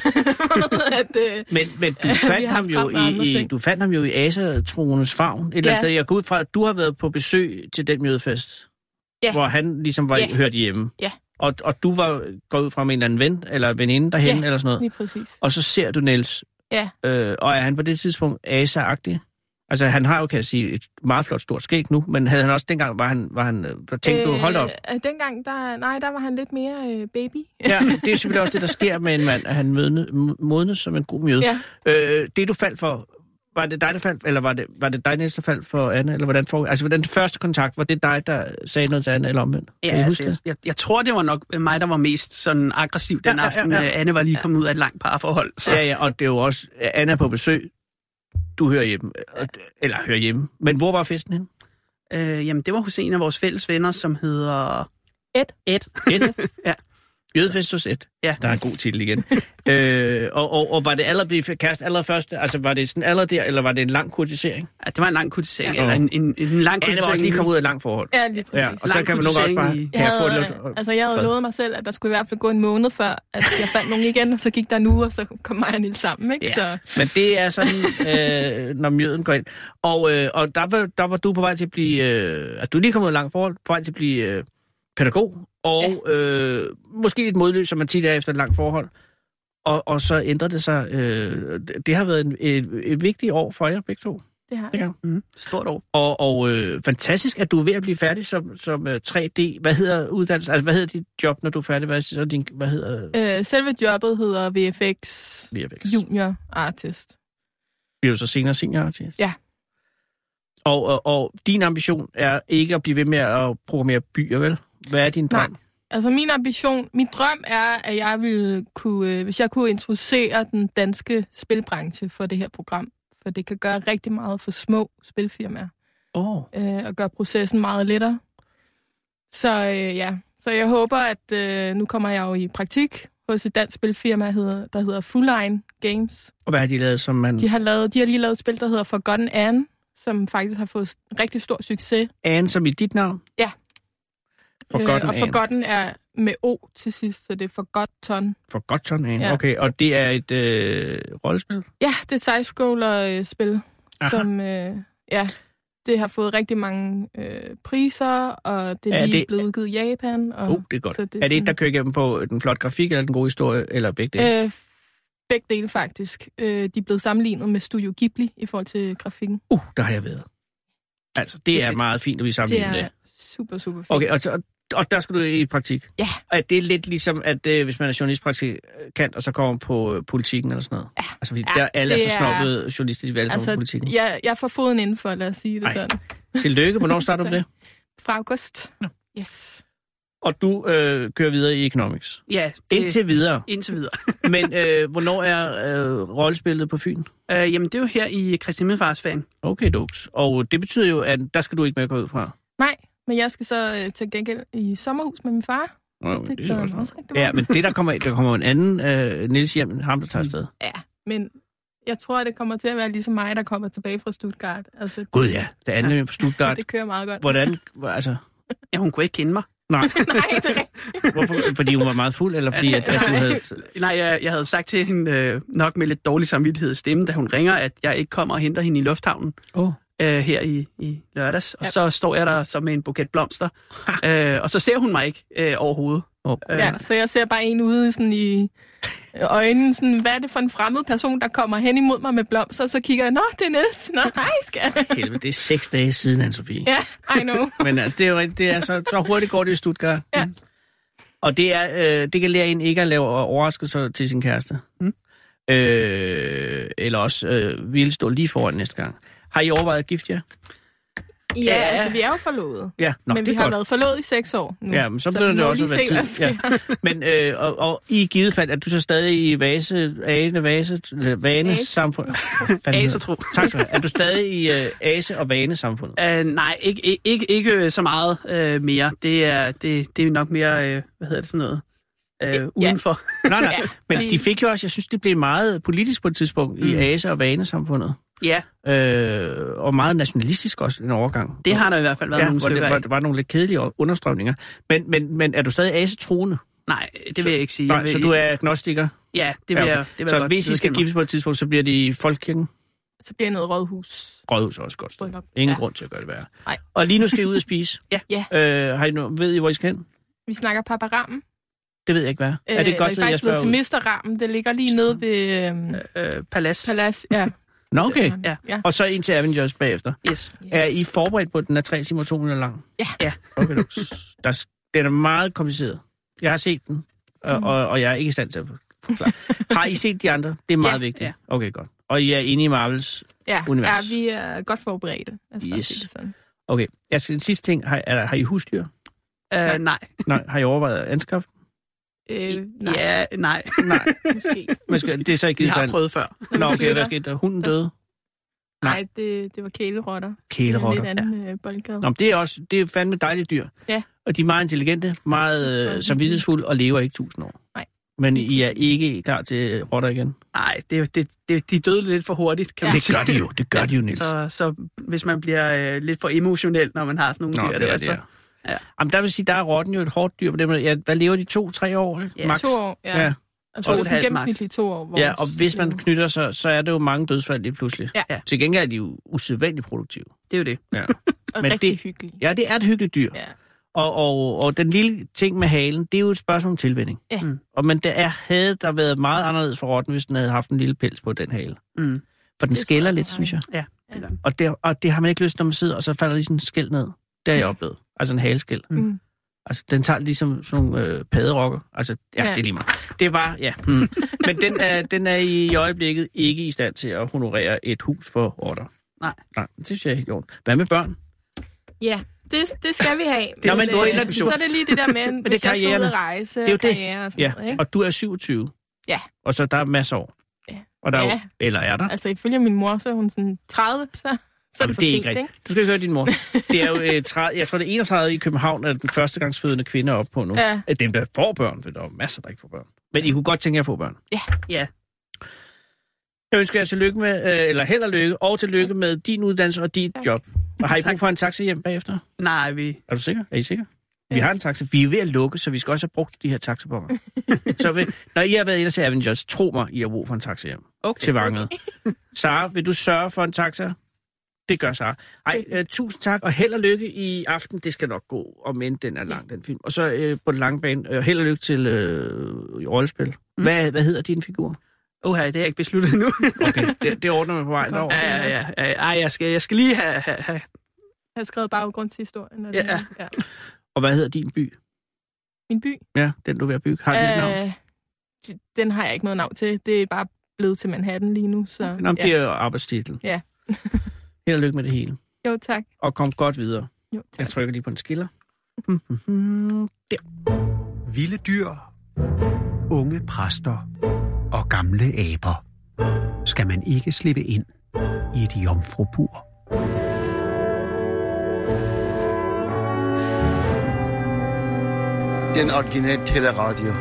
Men du fandt ham jo i Asatronernes favn et eller andet sted. Jeg går ud fra, at du har været på besøg til den mødefest, hvor han ligesom var hørt hjemme. Ja. Og du var gået ud fra med en eller anden ven eller veninde derhen eller sådan noget. Lige præcis. Og så ser du Niels. Ja. Og er han på det tidspunkt Asa-agtig? Altså, han har jo, kan jeg sige, et meget flot stort skæg nu, men havde han også dengang, var han tænkt du, hold op? Dengang, der var han lidt mere baby. Ja, det er selvfølgelig også det, der sker med en mand, at han modnes som en god mjøde. Ja. Det, du faldt for, var det dig, der faldt, eller var det dig næste fald for Anne, eller hvordan foregik? Altså, den første kontakt, var det dig, der sagde noget til Anne, eller omvendt? Ja, altså, jeg tror, det var nok mig, der var mest sådan aggressiv den aften. Anne var lige kommet ud af et langt parforhold. Så. Ja, og det er jo også, Anne er på besøg. Du hører hjemme, eller hører hjemme. Men hvor var festen henne? Jamen, det var hos en af vores fælles venner, som hedder... Ed. Ja. Jødefest hos Ed. Ja. Der er en god titel igen. Og var det allerede blevet kæreste allerede først? Altså, var det sådan allerede der, eller var det en lang kurtisering? Ja, det var en lang kurtisering, eller en lang kurtisering. Ja, det var også lige kommet ud af et langt forhold. Ja, lige præcis. Ja, og så kan man nok også bare... Jeg havde lovet mig selv, at der skulle i hvert fald gå en måned, før at jeg fandt nogen igen, og så gik der en uge, og så kom mig og Niels sammen, ikke? Ja, så. Men det er sådan, når mjøden går ind. Og der var du på vej til at blive... du er lige kommet ud af et langt forhold, på vej til at blive pædagog, og måske lidt modløs, som man tit er efter et langt forhold. Og så ændrer det sig. Det har været et vigtigt år for jer begge to. Det har det. Stort år. Og fantastisk, at du er ved at blive færdig som 3D. Hvad hedder uddannelse? Altså, hvad hedder dit job, når du er færdig? Hvad hedder... Selve jobbet hedder VFX Junior Artist. Bliver du så senere senior artist? Ja. Og din ambition er ikke at blive ved med at programmere byer, vel? Hvad er din drøm? Nej. Altså min drøm er, at jeg ville kunne, hvis jeg kunne introducere den danske spilbranche for det her program, for det kan gøre rigtig meget for små spilfirmaer. Og gøre processen meget lettere. Så jeg håber, at nu kommer jeg jo i praktik hos et dansk spilfirma, der hedder Fullline Games. Og hvad har de lavet, som man... De har lige lavet et spil, der hedder Forgotten Anne, som faktisk har fået rigtig stor succes. Anne som i dit navn? Ja. Og Forgotten er med O til sidst, så det er Forgotten. Forgotten, ja. Okay. Og det er et rollespil? Ja, det er et side-scroller-spil, som det har fået rigtig mange priser, og det er lige blevet udgivet i Japan. Og, det er godt. Det er det, der kører igennem på den flotte grafik, eller den gode historie, eller begge dele? Begge dele, faktisk. De er blevet sammenlignet med Studio Ghibli i forhold til grafikken. Der har jeg været. Altså, det er meget fint, at vi sammenligner det. Det er super, super fint. Okay, og der skal du i praktik? Ja. Og det er lidt ligesom, at hvis man er journalistpraktikant, og så kommer på politikken eller sådan noget? Ja. Altså, fordi der alle er så snobbede journalister, de vil alle sammen på politikken. Jeg får foden indenfor, lad os sige det sådan. Tillykke. Hvornår starter du det? Fra august. Ja. Yes. Og du kører videre i Economics? Ja. Indtil videre? Indtil videre. Men hvornår er rollespillet på Fyn? Jamen, det er jo her i Kristi Himmelfartsferien. Okay, duks. Og det betyder jo, at der skal du ikke med at gå ud fra? Nej, men jeg skal så til gengæld i sommerhus med min far. Det er også rigtig meget. Ja, men det der kommer en anden Niels hjem, ham der tager afsted. Ja, men jeg tror, at det kommer til at være ligesom mig, der kommer tilbage fra Stuttgart. Altså, Gud ja, det andet fra Stuttgart. Det kører meget godt. Hvordan, altså? Ja, hun kunne ikke kende mig. Nej. Nej, det er rigtigt. Hvorfor? Fordi hun var meget fuld, eller fordi at du havde... Nej, jeg havde sagt til hende, nok med lidt dårlig samvittighed stemme, da hun ringer, at jeg ikke kommer og henter hende i lufthavnen her i lørdags. Og så står jeg der så med en buket blomster, og så ser hun mig ikke overhovedet. Ja, så jeg ser bare en ude sådan i øjnene, sådan, hvad er det for en fremmed person, der kommer hen imod mig med blomster, og så kigger jeg, nå, det er Niels. Nå, hej, skal. Helvede, det er 6 dage siden, Anne-Sophie. Ja, I know. Men altså, det er jo rigtigt, det er så hurtigt går det i Stuttgart. Ja. Og det er, det kan lære en ikke at lave overraskelser til sin kæreste. Eller også ville stå lige foran næste gang. Har I overvejet at gifte jer? Ja, altså vi er jo forlovet. Ja, men vi har været forlovet i 6 år nu. Ja, men så begynder det også at være tid. Ja. Men og i givet fald, er du så stadig i vanesamfundet? Asetro. Tak skal du have. Er du stadig i ase- og vanesamfundet? Nej, ikke så meget mere. Det er nok mere, hvad hedder det sådan noget? Udenfor. Nej. Men de fik jo også, jeg synes, det blev meget politisk på et tidspunkt i ase- og vanesamfundet. Ja. Og meget nationalistisk også en overgang. Det har der i hvert fald været nogle stykker af. Der var nogle lidt kedelige understrømninger. Men er du stadig asetroende? Nej, det vil jeg ikke sige. Nej, så du er agnostiker? Ja, det vil jeg så godt. Hvis I skal giftes på et tidspunkt, så bliver det i folkekirken? Så bliver det noget rådhus. Rådhus er også godt sted. Ingen grund til at gøre det værre. Nej. Og lige nu skal I ud og spise? Ja. Ved I, hvor I skal hen? Vi snakker Paparammen. Det ved jeg ikke, hvad. Er det et godt sted, jeg spørger ud? Det er faktisk blevet til Mr. Rammen. Det ligger lige nede ved... Palads, ja. Nå, okay. Ja. Og så ind til Avengers bagefter? Yes. Er I forberedt på, at den er 3 timer 2 minutter lang? Ja. Okay, den er meget kompliceret. Jeg har set den, og jeg er ikke i stand til at forklare. Har I set de andre? Det er meget vigtigt. Ja. Okay, godt. Og I er inde i Marvels univers? Ja, vi er godt forberedte. Yes. Okay. Den sidste ting. Har I husdyr? Nej. Nej. Har I overvejet at anskaffe? Nej. Ja, nej. Måske. Det er så ikke vi har prøvet før. Nå, okay, hvad skete der? Hunden døde? Nej, det var kælerotter. Kælerotter. Lidt anden boldgade. Nå, det er fandme dejlige dyr. Ja. Og de er meget intelligente, meget samvittighedsfulde og lever ikke 1000 år. Nej. Men I er ikke klar til rotter igen? Nej, de døde lidt for hurtigt, kan man sige. Det gør de jo, Niels. Så hvis man bliver lidt for emotionel, når man har sådan nogle dyr der, så... Ja. Jamen, der vil sige, der er rotten jo et hårdt dyr på den måde. Ja, hvad lever de 2-3 år? Ja, max? 2 år, ja. Altså, det er gennemsnitligt 2 år. Ja, og hvis man knytter sig, så er det jo mange dødsfald lige pludselig. Ja. Til gengæld er de jo usædvanligt produktive. Det er jo det. Ja. Og men rigtig hyggeligt. Ja, det er et hyggeligt dyr. Ja. Og den lille ting med halen, det er jo et spørgsmål om tilvænning. Ja. Men havde der været meget anderledes for rotten, hvis den havde haft en lille pels på den hale. For den skælder lidt, synes jeg. Ja, det gør. Og det har man ikke lyst, når man sidder, og så falder lige sådan en skæld ned. Det har jeg oplevet. Altså en haleskæld. Altså, den tager ligesom sådan nogle padderokker. Altså, det er lige meget. Det er bare, Men den er i øjeblikket ikke i stand til at honorere et hus for rotter. Nej, det synes jeg er helt gjort. Hvad med børn? Ja, det skal vi have. Så er det lige det der med, hvis jeg skal ud og rejse, det er jo karriere og sådan noget, ikke? Og du er 27. Ja. Og så der er masser år. Ja. Og der er jo, eller er der? Altså, ifølge min mor, så er hun sådan 30, så er det for sent, ikke? Du skal høre din mor. Det er jo, jeg tror, det er 31 i København, er den førstegangsfødende kvinde op på nu. Ja. Dem, der får børn, for der er masser, der ikke får børn. Men I kunne godt tænke jer at få børn. Ja. Jeg ønsker jer tillykke med, eller held og lykke, og tillykke med din uddannelse og dit job. Og har I brug for en taxa hjem bagefter? Nej, Er du sikker? Er I sikker? Vi har en taxa. Vi er ved at lukke, så vi skal også have brugt de her taxabonger. Så når I har været ellers til Avengers, tro mig, I har brug for en taxa hjem. Okay. Til Vangede. Okay. Sara, vil du sørge for en taxa? Det gør Sara. Tusind tak, og held og lykke i aften. Det skal nok gå, om end den er lang, den film. Og så på den lange bane, held og lykke til rollespil. Hvad hedder din figur? Det har jeg ikke besluttet nu. Okay, det ordner man på vejen derovre. Ja. Jeg skal lige have... Jeg har skrevet baggrundshistorien. Ja. Og hvad hedder din by? Min by? Ja, den du er ved at bygge. Har den et navn? Den har jeg ikke noget navn til. Det er bare blevet til Manhattan lige nu. Så, det er jo arbejdstitel. Ja. Held og lykke med det hele. Jo, tak. Og kom godt videre. Jo, tak. Jeg trykker lige på en skiller. Der. Vilde dyr, unge præster og gamle aber. Skal man ikke slippe ind i et jomfrubur? Den originale teleradio.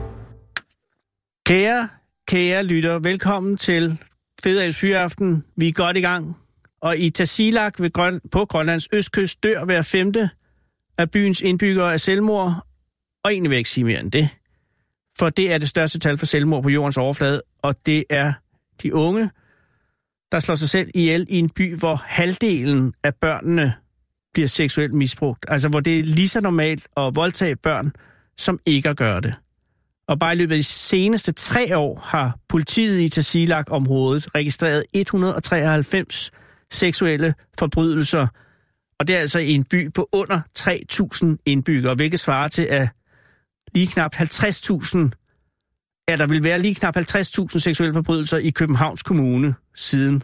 Kære lytter, velkommen til Fede Fyraften. Vi er godt i gang. Og i Tasiilaq på Grønlands østkyst dør hver 5. af byens indbyggere af selvmord. Og egentlig vil jeg ikke sige mere end det. For det er det største tal for selvmord på jordens overflade. Og det er de unge, der slår sig selv ihjel i en by, hvor halvdelen af børnene bliver seksuelt misbrugt. Altså hvor det er lige så normalt at voldtage børn, som ikke at gøre det. Og bare i løbet af de seneste 3 år har politiet i Tasiilaq-området registreret 193 seksuelle forbrydelser. Og det er altså i en by på under 3.000 indbyggere, hvilket svarer til, at lige knap 50.000, der vil være lige knap 50.000 seksuelle forbrydelser i Københavns Kommune siden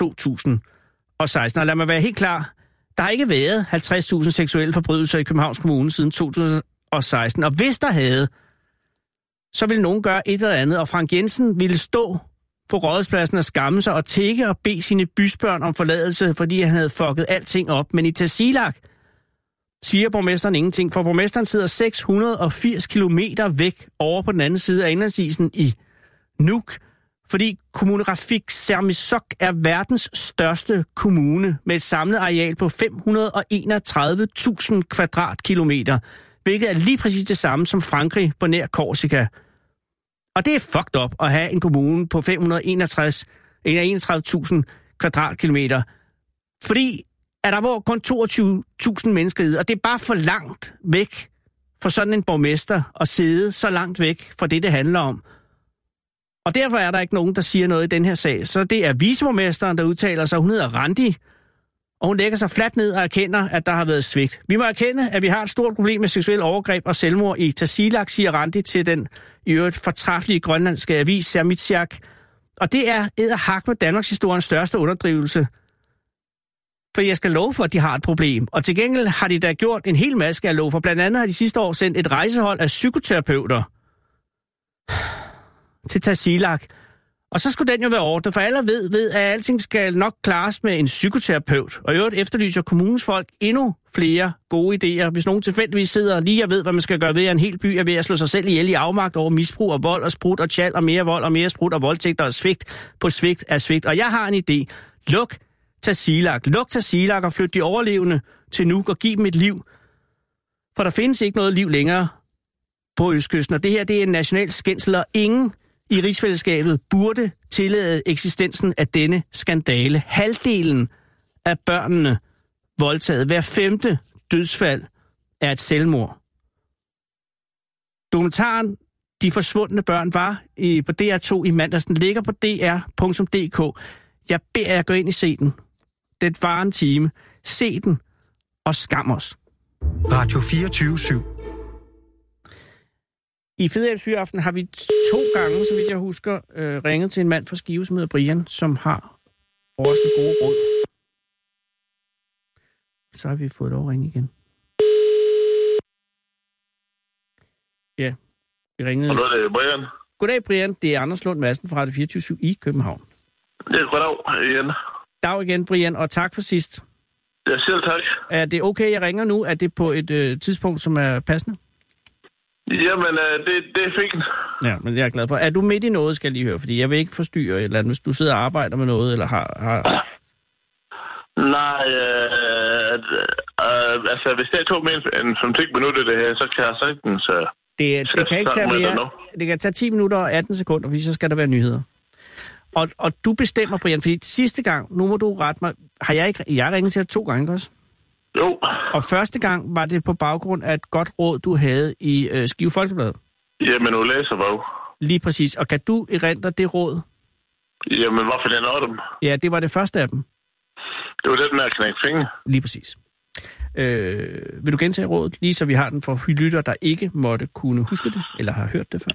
2016. Og lad mig være helt klar, der har ikke været 50.000 seksuelle forbrydelser i Københavns Kommune siden 2016. Og hvis der havde, så ville nogen gøre et eller andet, og Frank Jensen ville stå på Rådhuspladsen og skamme sig og tække og bede sine bysbørn om forladelse, fordi han havde fucket alting op. Men i Tasiilaq siger borgmesteren ingenting, for borgmesteren sidder 680 kilometer væk over på den anden side af indlandsisen i Nuuk, fordi Kommune Rafik Sermisoq er verdens største kommune med et samlet areal på 531.000 kvadratkilometer, hvilket er lige præcis det samme som Frankrig på nær Korsika. Og det er fucked up at have en kommune på 531.000 kvadratkilometer, fordi at der var kun 22.000 mennesker i, og det er bare for langt væk for sådan en borgmester at sidde så langt væk fra det handler om. Og derfor er der ikke nogen, der siger noget i den her sag. Så det er viceborgmesteren, der udtaler sig. Hun hedder Randi, og hun lægger sig fladt ned og erkender, at der har været svigt. Vi må erkende, at vi har et stort problem med seksuel overgreb og selvmord i Tasiilaq, siger Randi til den i øvrigt fortræffelige grønlandske avis Sermitsiaq. Og det er edderhak med Danmarks historiens største underdrivelse. For jeg skal love for, at de har et problem. Og til gengæld har de da gjort en hel masse, skal jeg love for. Blandt andet har de sidste år sendt et rejsehold af psykoterapeuter til Tasiilaq. Og så skulle den jo være ordnet, for alle ved, at alting skal nok klares med en psykoterapeut. Og i øvrigt efterlyser kommunens folk endnu flere gode idéer. Hvis nogen tilfældigvis sidder lige og ved, hvad man skal gøre ved, at en hel by er ved at slå sig selv ihjel i afmagt over misbrug og vold og sprut og tjal og mere vold og mere sprut og voldtægter og svigt på svigt af svigt. Og jeg har en idé. Luk Tasiilaq og flyt de overlevende til Nuuk og giv dem et liv. For der findes ikke noget liv længere på østkysten. Og det her, det er en national skændsel, og ingen i rigsfællesskabet burde tillade eksistensen af denne skandale. Halvdelen af børnene voldtaget. Hver 5. dødsfald er et selvmord. Dokumentaren De forsvundne børn var på DR2 i mandags. Den ligger på dr.dk. Jeg beder jer gå ind i se den. Det var en time. Se den og skam os. Radio 24/7. I Fede Fyraften har vi 2 gange, så vidt jeg husker, ringet til en mand fra Skive, som hedder Brian, som har også en gode råd. Så har vi fået lov at ringe igen. Ja, vi ringede. Hallo, det er Brian. Goddag, Brian. Det er Anders Lund Madsen fra Radio 24/7 i København. Det er goddag igen. Dag igen, Brian, og tak for sidst. Ja, selv tak. Er det okay, jeg ringer nu? Er det på et tidspunkt, som er passende? Jamen, det er fint. Ja, men jeg er glad for. Er du midt i noget, skal jeg lige høre? Fordi jeg vil ikke forstyrre et eller andet, hvis du sidder og arbejder med noget, eller har... Nej, altså, hvis det tog mere end 5 minutter, det her, så kan jeg sagtens... Det kan ikke tage mere. Det kan tage 10 minutter og 18 sekunder, fordi så skal der være nyheder. Og du bestemmer, Brian, fordi sidste gang, nu må du rette mig, har jeg ringet til dig 2 gange også? Jo. Og første gang var det på baggrund af et godt råd, du havde i Skive Folkeblad. Jamen, du læser hvad? Lige præcis. Og kan du erindre det råd? Jamen, hvorfor den af dem? Ja, det var det første af dem. Det var den med at knække fingre. Lige præcis. Vil du gentage rådet, lige så vi har den for lytter, der ikke måtte kunne huske det, eller har hørt det før?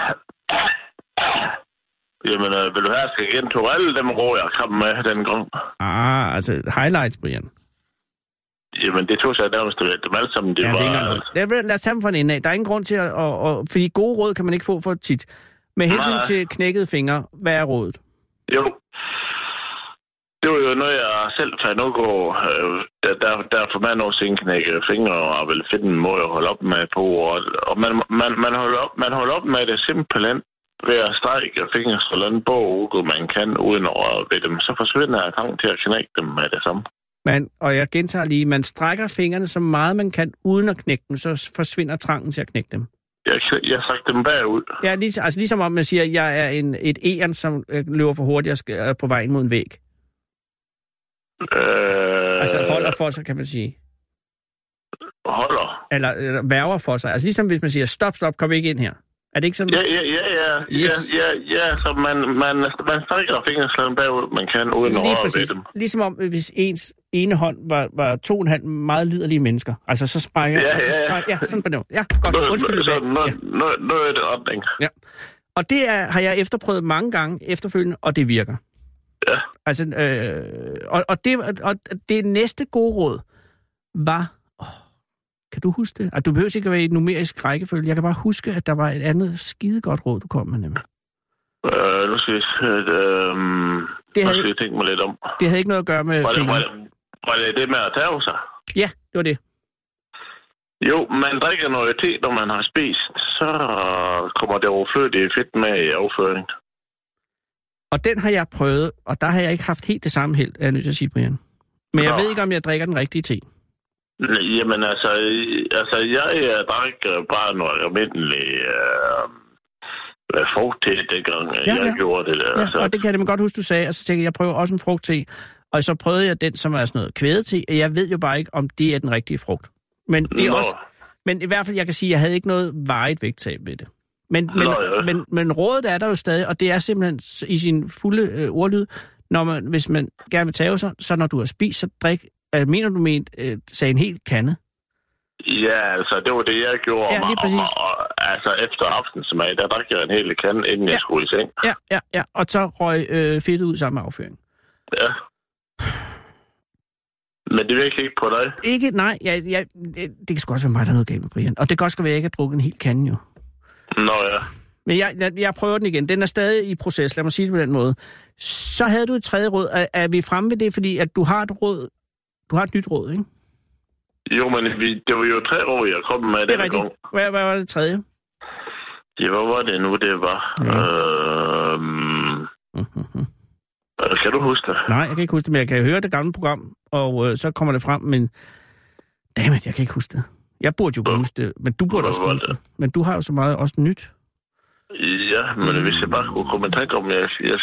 Jamen, vil du have, skal gentage alle dem råd, jeg kom med den gang? Altså highlights, Brian. Jamen, det tog sig nærmest dem alle sammen. Det var... Lad os tage dem fra en ende af. Der er ingen grund til at... Fordi gode råd kan man ikke få for tit. Med hensyn til knækkede fingre, hvad er rådet? Jo. Det var jo noget, jeg selv fandt ud af. Der for mange år siden knækkede fingre, og vil finde en måde at holde op med på. Og man holder op med det simpelthen ved at strække fingre så langt på, man kan, uden at ved dem. Så forsvinder jeg trang til at knække dem med det samme. Og jeg gentager lige, man strækker fingrene så meget man kan, uden at knække dem, så forsvinder trangen til at knække dem. Jeg strækker dem bagud. Ja, ligesom om man siger, at jeg er et egern, som løber for hurtigt og er på vej mod en væg. Altså holder for sig, kan man sige. Holder? Eller værger for sig. Altså ligesom hvis man siger, stop, kom ikke ind her. Er det ikke sådan? Ja, så man strækker fingerslagen bagud, man kan uden at røre ved dem. Ligesom om, hvis ens ene hånd var 2,5 meget liderlige mennesker. Altså, så sprækker... Ja, sådan på det. Ja, godt. Undskyld. Nu er det retning. Ja. Og det har jeg efterprøvet mange gange efterfølgende, og det virker. Ja. Altså, og det næste gode råd var... Kan du huske det? Du behøver ikke at være i numerisk rækkefølge. Jeg kan bare huske, at der var et andet skidegodt råd, du kom med nemlig. Nu skal jeg tænke mig lidt om. Det havde ikke noget at gøre med fingre. Var det med at tage sig? Ja, det var det. Jo, man drikker noget te, når man har spist. Så kommer det overflødige fedt med i afføringen. Og den har jeg prøvet, og der har jeg ikke haft helt det samme held, er jeg nødt til at sige, Brian. Men jeg ved ikke, om jeg drikker den rigtige te. Jamen altså jeg drikker bare noget almindeligt frugtte, dengang jeg gjorde det der. Ja, og det kan jeg godt huske, du sagde, og så tænkte jeg prøver også en frugtte, og så prøvede jeg den, som er sådan noget kvædete, og jeg ved jo bare ikke, om det er den rigtige frugt. Men det er også, men i hvert fald, jeg kan sige, at jeg havde ikke noget varigt vægttab ved det. Men rådet er der jo stadig, og det er simpelthen i sin fulde ordlyd, hvis man gerne vil tage sig, så når du har spist, så drik. Mener du sagde en helt kande? Ja, altså, det var det, jeg gjorde. Ja, lige præcis. Og altså, efter aftensmad, der drak jeg en hel kande, inden jeg skulle i seng. Ja. Og så røg fedtet ud sammen med afføring. Ja. Men det virker ikke på dig? Ikke, nej. Det kan sgu også være mig, der er noget galt med, Brian. Og det kan også være, at jeg ikke har drukket en hel kande, jo. Nå ja. Men jeg prøver den igen. Den er stadig i proces, lad mig sige det på den måde. Så havde du et tredje råd. Er vi fremme ved det, fordi at du har et råd? Du har et nyt råd, ikke? Jo, men det var jo 3 råd, jeg kom med den gang. Hvad var det tredje? Ja, hvad var det nu, det var? Kan du huske det? Nej, jeg kan ikke huske det, men jeg kan høre det gamle program, og så kommer det frem, men... Dammit, jeg kan ikke huske det. Jeg burde jo kunne huske det, men du burde også huske det. Men du har jo så meget også nyt. Ja, men hvis jeg bare kunne komme i tanke om,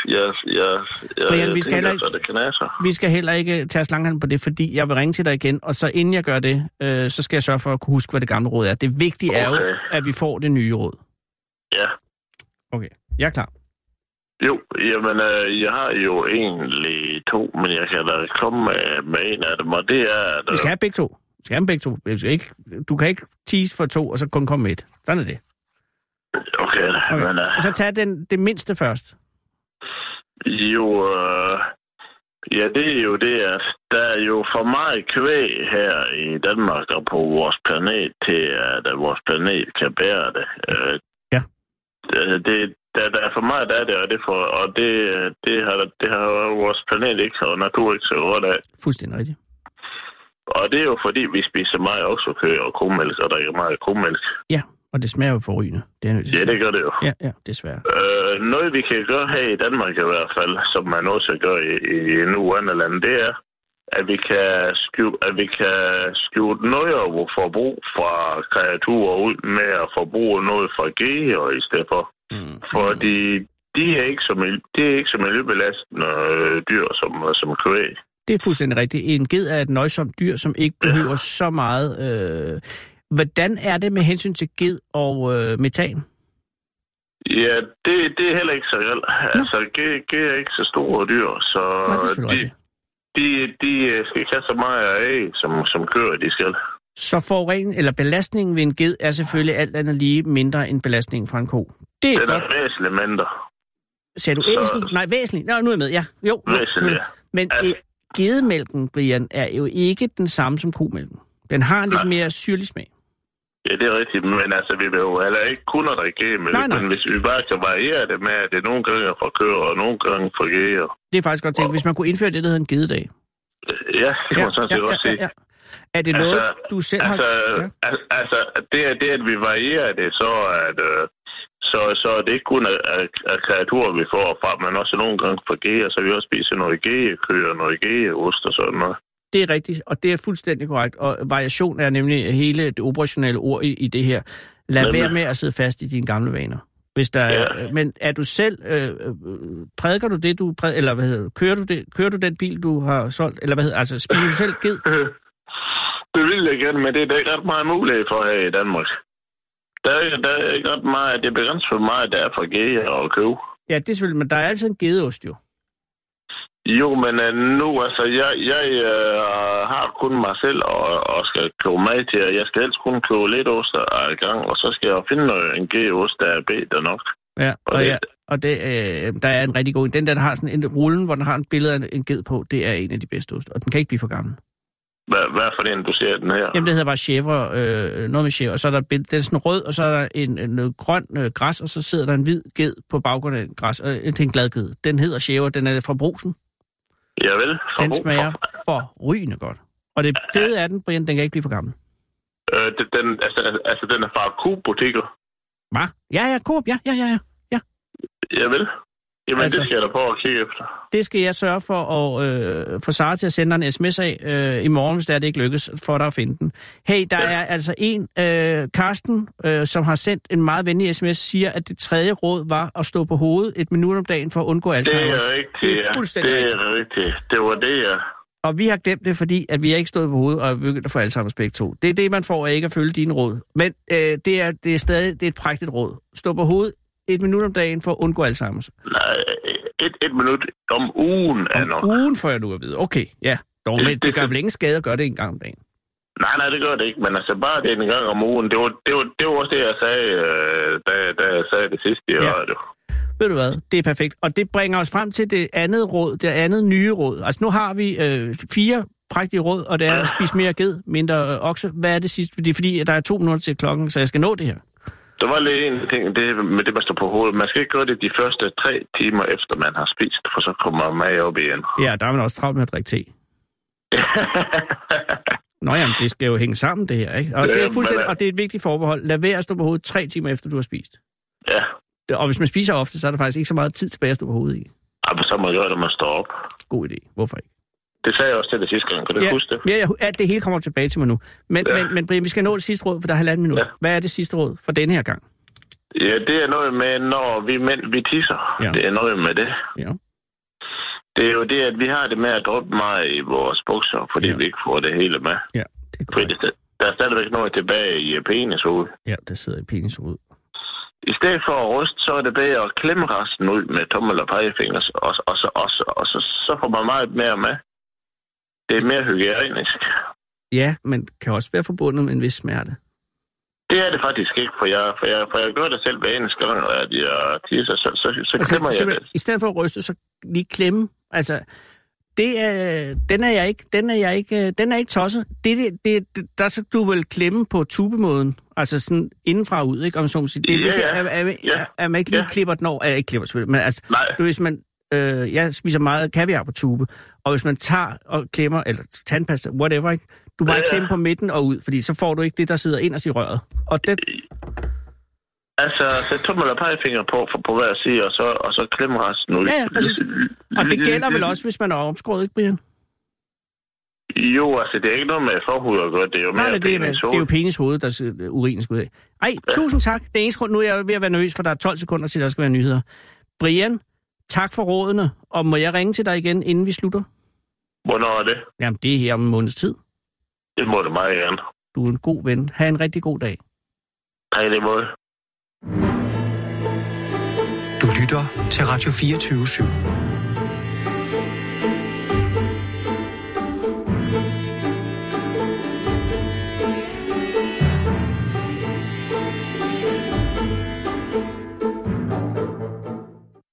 vi skal heller ikke tage slanghandel på det, fordi jeg vil ringe til dig igen, og så inden jeg gør det, så skal jeg sørge for at kunne huske, hvad det gamle råd er. Det vigtige er jo, at vi får det nye råd. Ja. Okay, jeg er klar. Jo, jamen, jeg har jo egentlig 2, men jeg kan da komme med en af dem, og det er... Vi skal have begge 2. Du kan ikke tease for 2, og så kun komme med 1. Sådan er det. Okay. Men... Så tag det mindste først. Jo, ja, det er jo det, at der er jo for meget kvæg her i Danmark og på vores planet til, at vores planet kan bære det. Ja. Der er for meget af det, og det har vores planet ikke, og natur ikke så godt af. Fuldstændig rigtigt. Og det er jo fordi, vi spiser meget oksekød og komælk, og der er meget komælk. Ja. Og det smager jo forrygende. Det gør det jo. Ja, desværre. Noget, vi kan gøre her i Danmark i hvert fald, som man også gør i nu andre lande, det er, at vi kan skjule noget af vores forbrug fra kreaturer ud med at forbruge noget fra geer i stedet for. Fordi det er ikke så miljøbelastende dyr som kvæg. Det er fuldstændig rigtigt. En ged er et nøjsomt dyr, som ikke behøver så meget. Hvordan er det med hensyn til ged og metan? Ja, det er heller ikke så reelt. Altså, ged er ikke så store dyr, så de skal ikke have så meget af, som køer de skal. Så forurening eller belastningen ved en ged er selvfølgelig alt andet lige mindre end belastningen fra en ko. Det er den godt. Er væsentligt mindre. Sagde du æsel? Nej, væsentligt. Nå, nu er jeg med, ja. Jo, væsentligt. Men gedemælken, Brian, er jo ikke den samme som komælken. Den har en lidt mere syrlig smag. Ja, det er rigtigt, men altså, vi vil jo heller ikke kun at drikke gedemælk, men hvis vi bare kan variere det med, at det nogle gange er for køer og nogle gange for geer. Det er faktisk godt tænkt, hvis man kunne indføre det, der hedder en gededag. Ja, det kan man sådan set også sige. Ja. Er det noget, du selv har... Altså, det at vi varierer det, så er det ikke kun af kreaturer, vi får fra, men også nogle gange fra geer, så vi også spiser noget gegekøer, noget gegeost og sådan noget. Det er rigtigt, og det er fuldstændig korrekt. Og variation er nemlig hele det operationelle ord i det her. Lad være med at sidde fast i dine gamle vaner. Hvis der er, men er du selv... prædiker du det, eller hvad hedder, kører du den bil, du har solgt? Eller hvad hedder, altså spiser du selv ged? Det vil jeg gerne, men det er der ikke ret meget mulighed for her i Danmark. Der er ikke ret meget, det er begrænset for meget, der er for geer og køb. Ja, det er selvfølgelig, men der er altid en gedeost jo. Jo, men nu, altså, jeg har kun mig selv og skal købe mad til, jeg skal helst kun købe lidt ost ad gang, og så skal jeg finde en gedeost, der er bedre nok. Ja, og der er en rigtig god en. Den der har sådan en rullen, hvor den har en billede af en ged på, det er en af de bedste ost, og den kan ikke blive for gammel. Hvad for den, du ser den her? Jamen, det hedder bare chèvre, noget med chèvre, og så er der den er sådan rød, og så er der noget grøn græs, og så sidder der en hvid ged på baggrunden af græs, og det er en glad ged. Den hedder chèvre, den er fra Brugsen. Ja vel. Den smager forrygende godt. Og det fede er den, Brian, den kan ikke blive for gammel. Den er fra Coop-butikker. Hvad? Ja, Coop, ja. Ja vel. Jamen, altså, det skal jeg da prøve at kigge efter. Det skal jeg sørge for at få Sara til at sende dig en sms af i morgen, hvis det ikke lykkes for dig at finde den. Hey, der er altså en, Karsten, som har sendt en meget venlig sms, siger, at det tredje råd var at stå på hovedet 1 minut om dagen for at undgå Alzheimer's. Det er rigtigt, det er fuldstændig rigtigt. Det var det, ja. Og vi har glemt det, fordi at vi har ikke stået på hovedet og er begyndt at få Alzheimer's begge to. Det er det, man får af ikke at følge dine råd. Men det er stadig et prægtigt råd. Stå på hovedet 1 minut om dagen for at undgå Alzheimer's. Nej, et minut om ugen er nok. Om ugen får jeg nu at vide. Okay, ja. Det gør vel ingen skade at gøre det en gang om dagen? Nej, det gør det ikke. Men altså bare det en gang om ugen. Det var også det, jeg sagde, da jeg sagde det sidste i radio. Ved du hvad? Det er perfekt. Og det bringer os frem til det andet råd, det andet nye råd. Altså nu har vi 4 prægtige råd, og det er at spise mere ged, mindre okse. Hvad er det sidste? Fordi der er 2 minutter til klokken, så jeg skal nå det her. Der var lidt en ting, det med det, man står på hovedet. Man skal ikke gøre det de første 3 timer efter, man har spist, for så kommer man op igen. Ja, der er man også travlt med at drikke te. Nå jamen, det skal jo hænge sammen, det her, ikke? Og det er fuldstændig, og det er et vigtigt forbehold. Lad være at stå på hovedet 3 timer efter, du har spist. Ja. Og hvis man spiser ofte, så er der faktisk ikke så meget tid tilbage at stå på hovedet i. Ja, så må man gøre det, når man står op. God idé. Hvorfor ikke? Det sagde jeg også til det sidste gang. Kan du huske det? Ja, det hele kommer tilbage til mig nu. Men Brian, vi skal nå det sidste råd, for der er 1,5 minut. Ja. Hvad er det sidste råd for denne her gang? Ja, det er noget med, når vi mænd, vi tisser. Ja. Det er noget med det. Ja. Det er jo det, at vi har det med at droppe meget i vores bukser, fordi vi ikke får det hele med. Ja, det er godt. Der er stadigvæk noget tilbage i penishovedet. Ja, det sidder i penishovedet. I stedet for at ryste, så er det bedre at klemme resten ud med tommel og pegefinger, og så får man meget mere med. Det er mere hygienisk. Ja, men kan også være forbundet med en vis smerte. Det er det faktisk ikke, for jeg gør det selv hver eneste gang, at jeg tisser, så klemmer jeg det. I stedet for at ryste, så lige klemme. Altså, den er ikke tosset. Der skal du vel klemme på tubemåden, altså sådan indenfra og ud, ikke? Om så må sige. Det er vigtigt, at man ikke lige klipper den over. Ikke klipper selvfølgelig, men altså, hvis man... jeg spiser meget kaviar på tube, og hvis man tager og klemmer, eller tandpasta, whatever, ikke? Du bare klemme på midten og ud, fordi så får du ikke det, der sidder inderst i røret. Og det... Altså, sæt tommel og pegefinger på hver side, og så klemme resten ud. Ja, præcis. Og det gælder vel også, hvis man er omskåret, ikke, Brian? Jo, altså det er ikke noget med forhud at gøre, det er jo mere det er jo penishoved, der urin skal ud af. Ej, tusind tak. Det er eneste grund, nu er jeg ved at være nervøs, for der er 12 sekunder til, der skal være nyheder. Brian, tak for rådene, og må jeg ringe til dig igen, inden vi slutter? Hvornår er det? Jamen, det er her om en måneds tid. Det må det meget gerne. Du er en god ven. Ha' en rigtig god dag. Hej, det måde. Du lytter til Radio 24/7.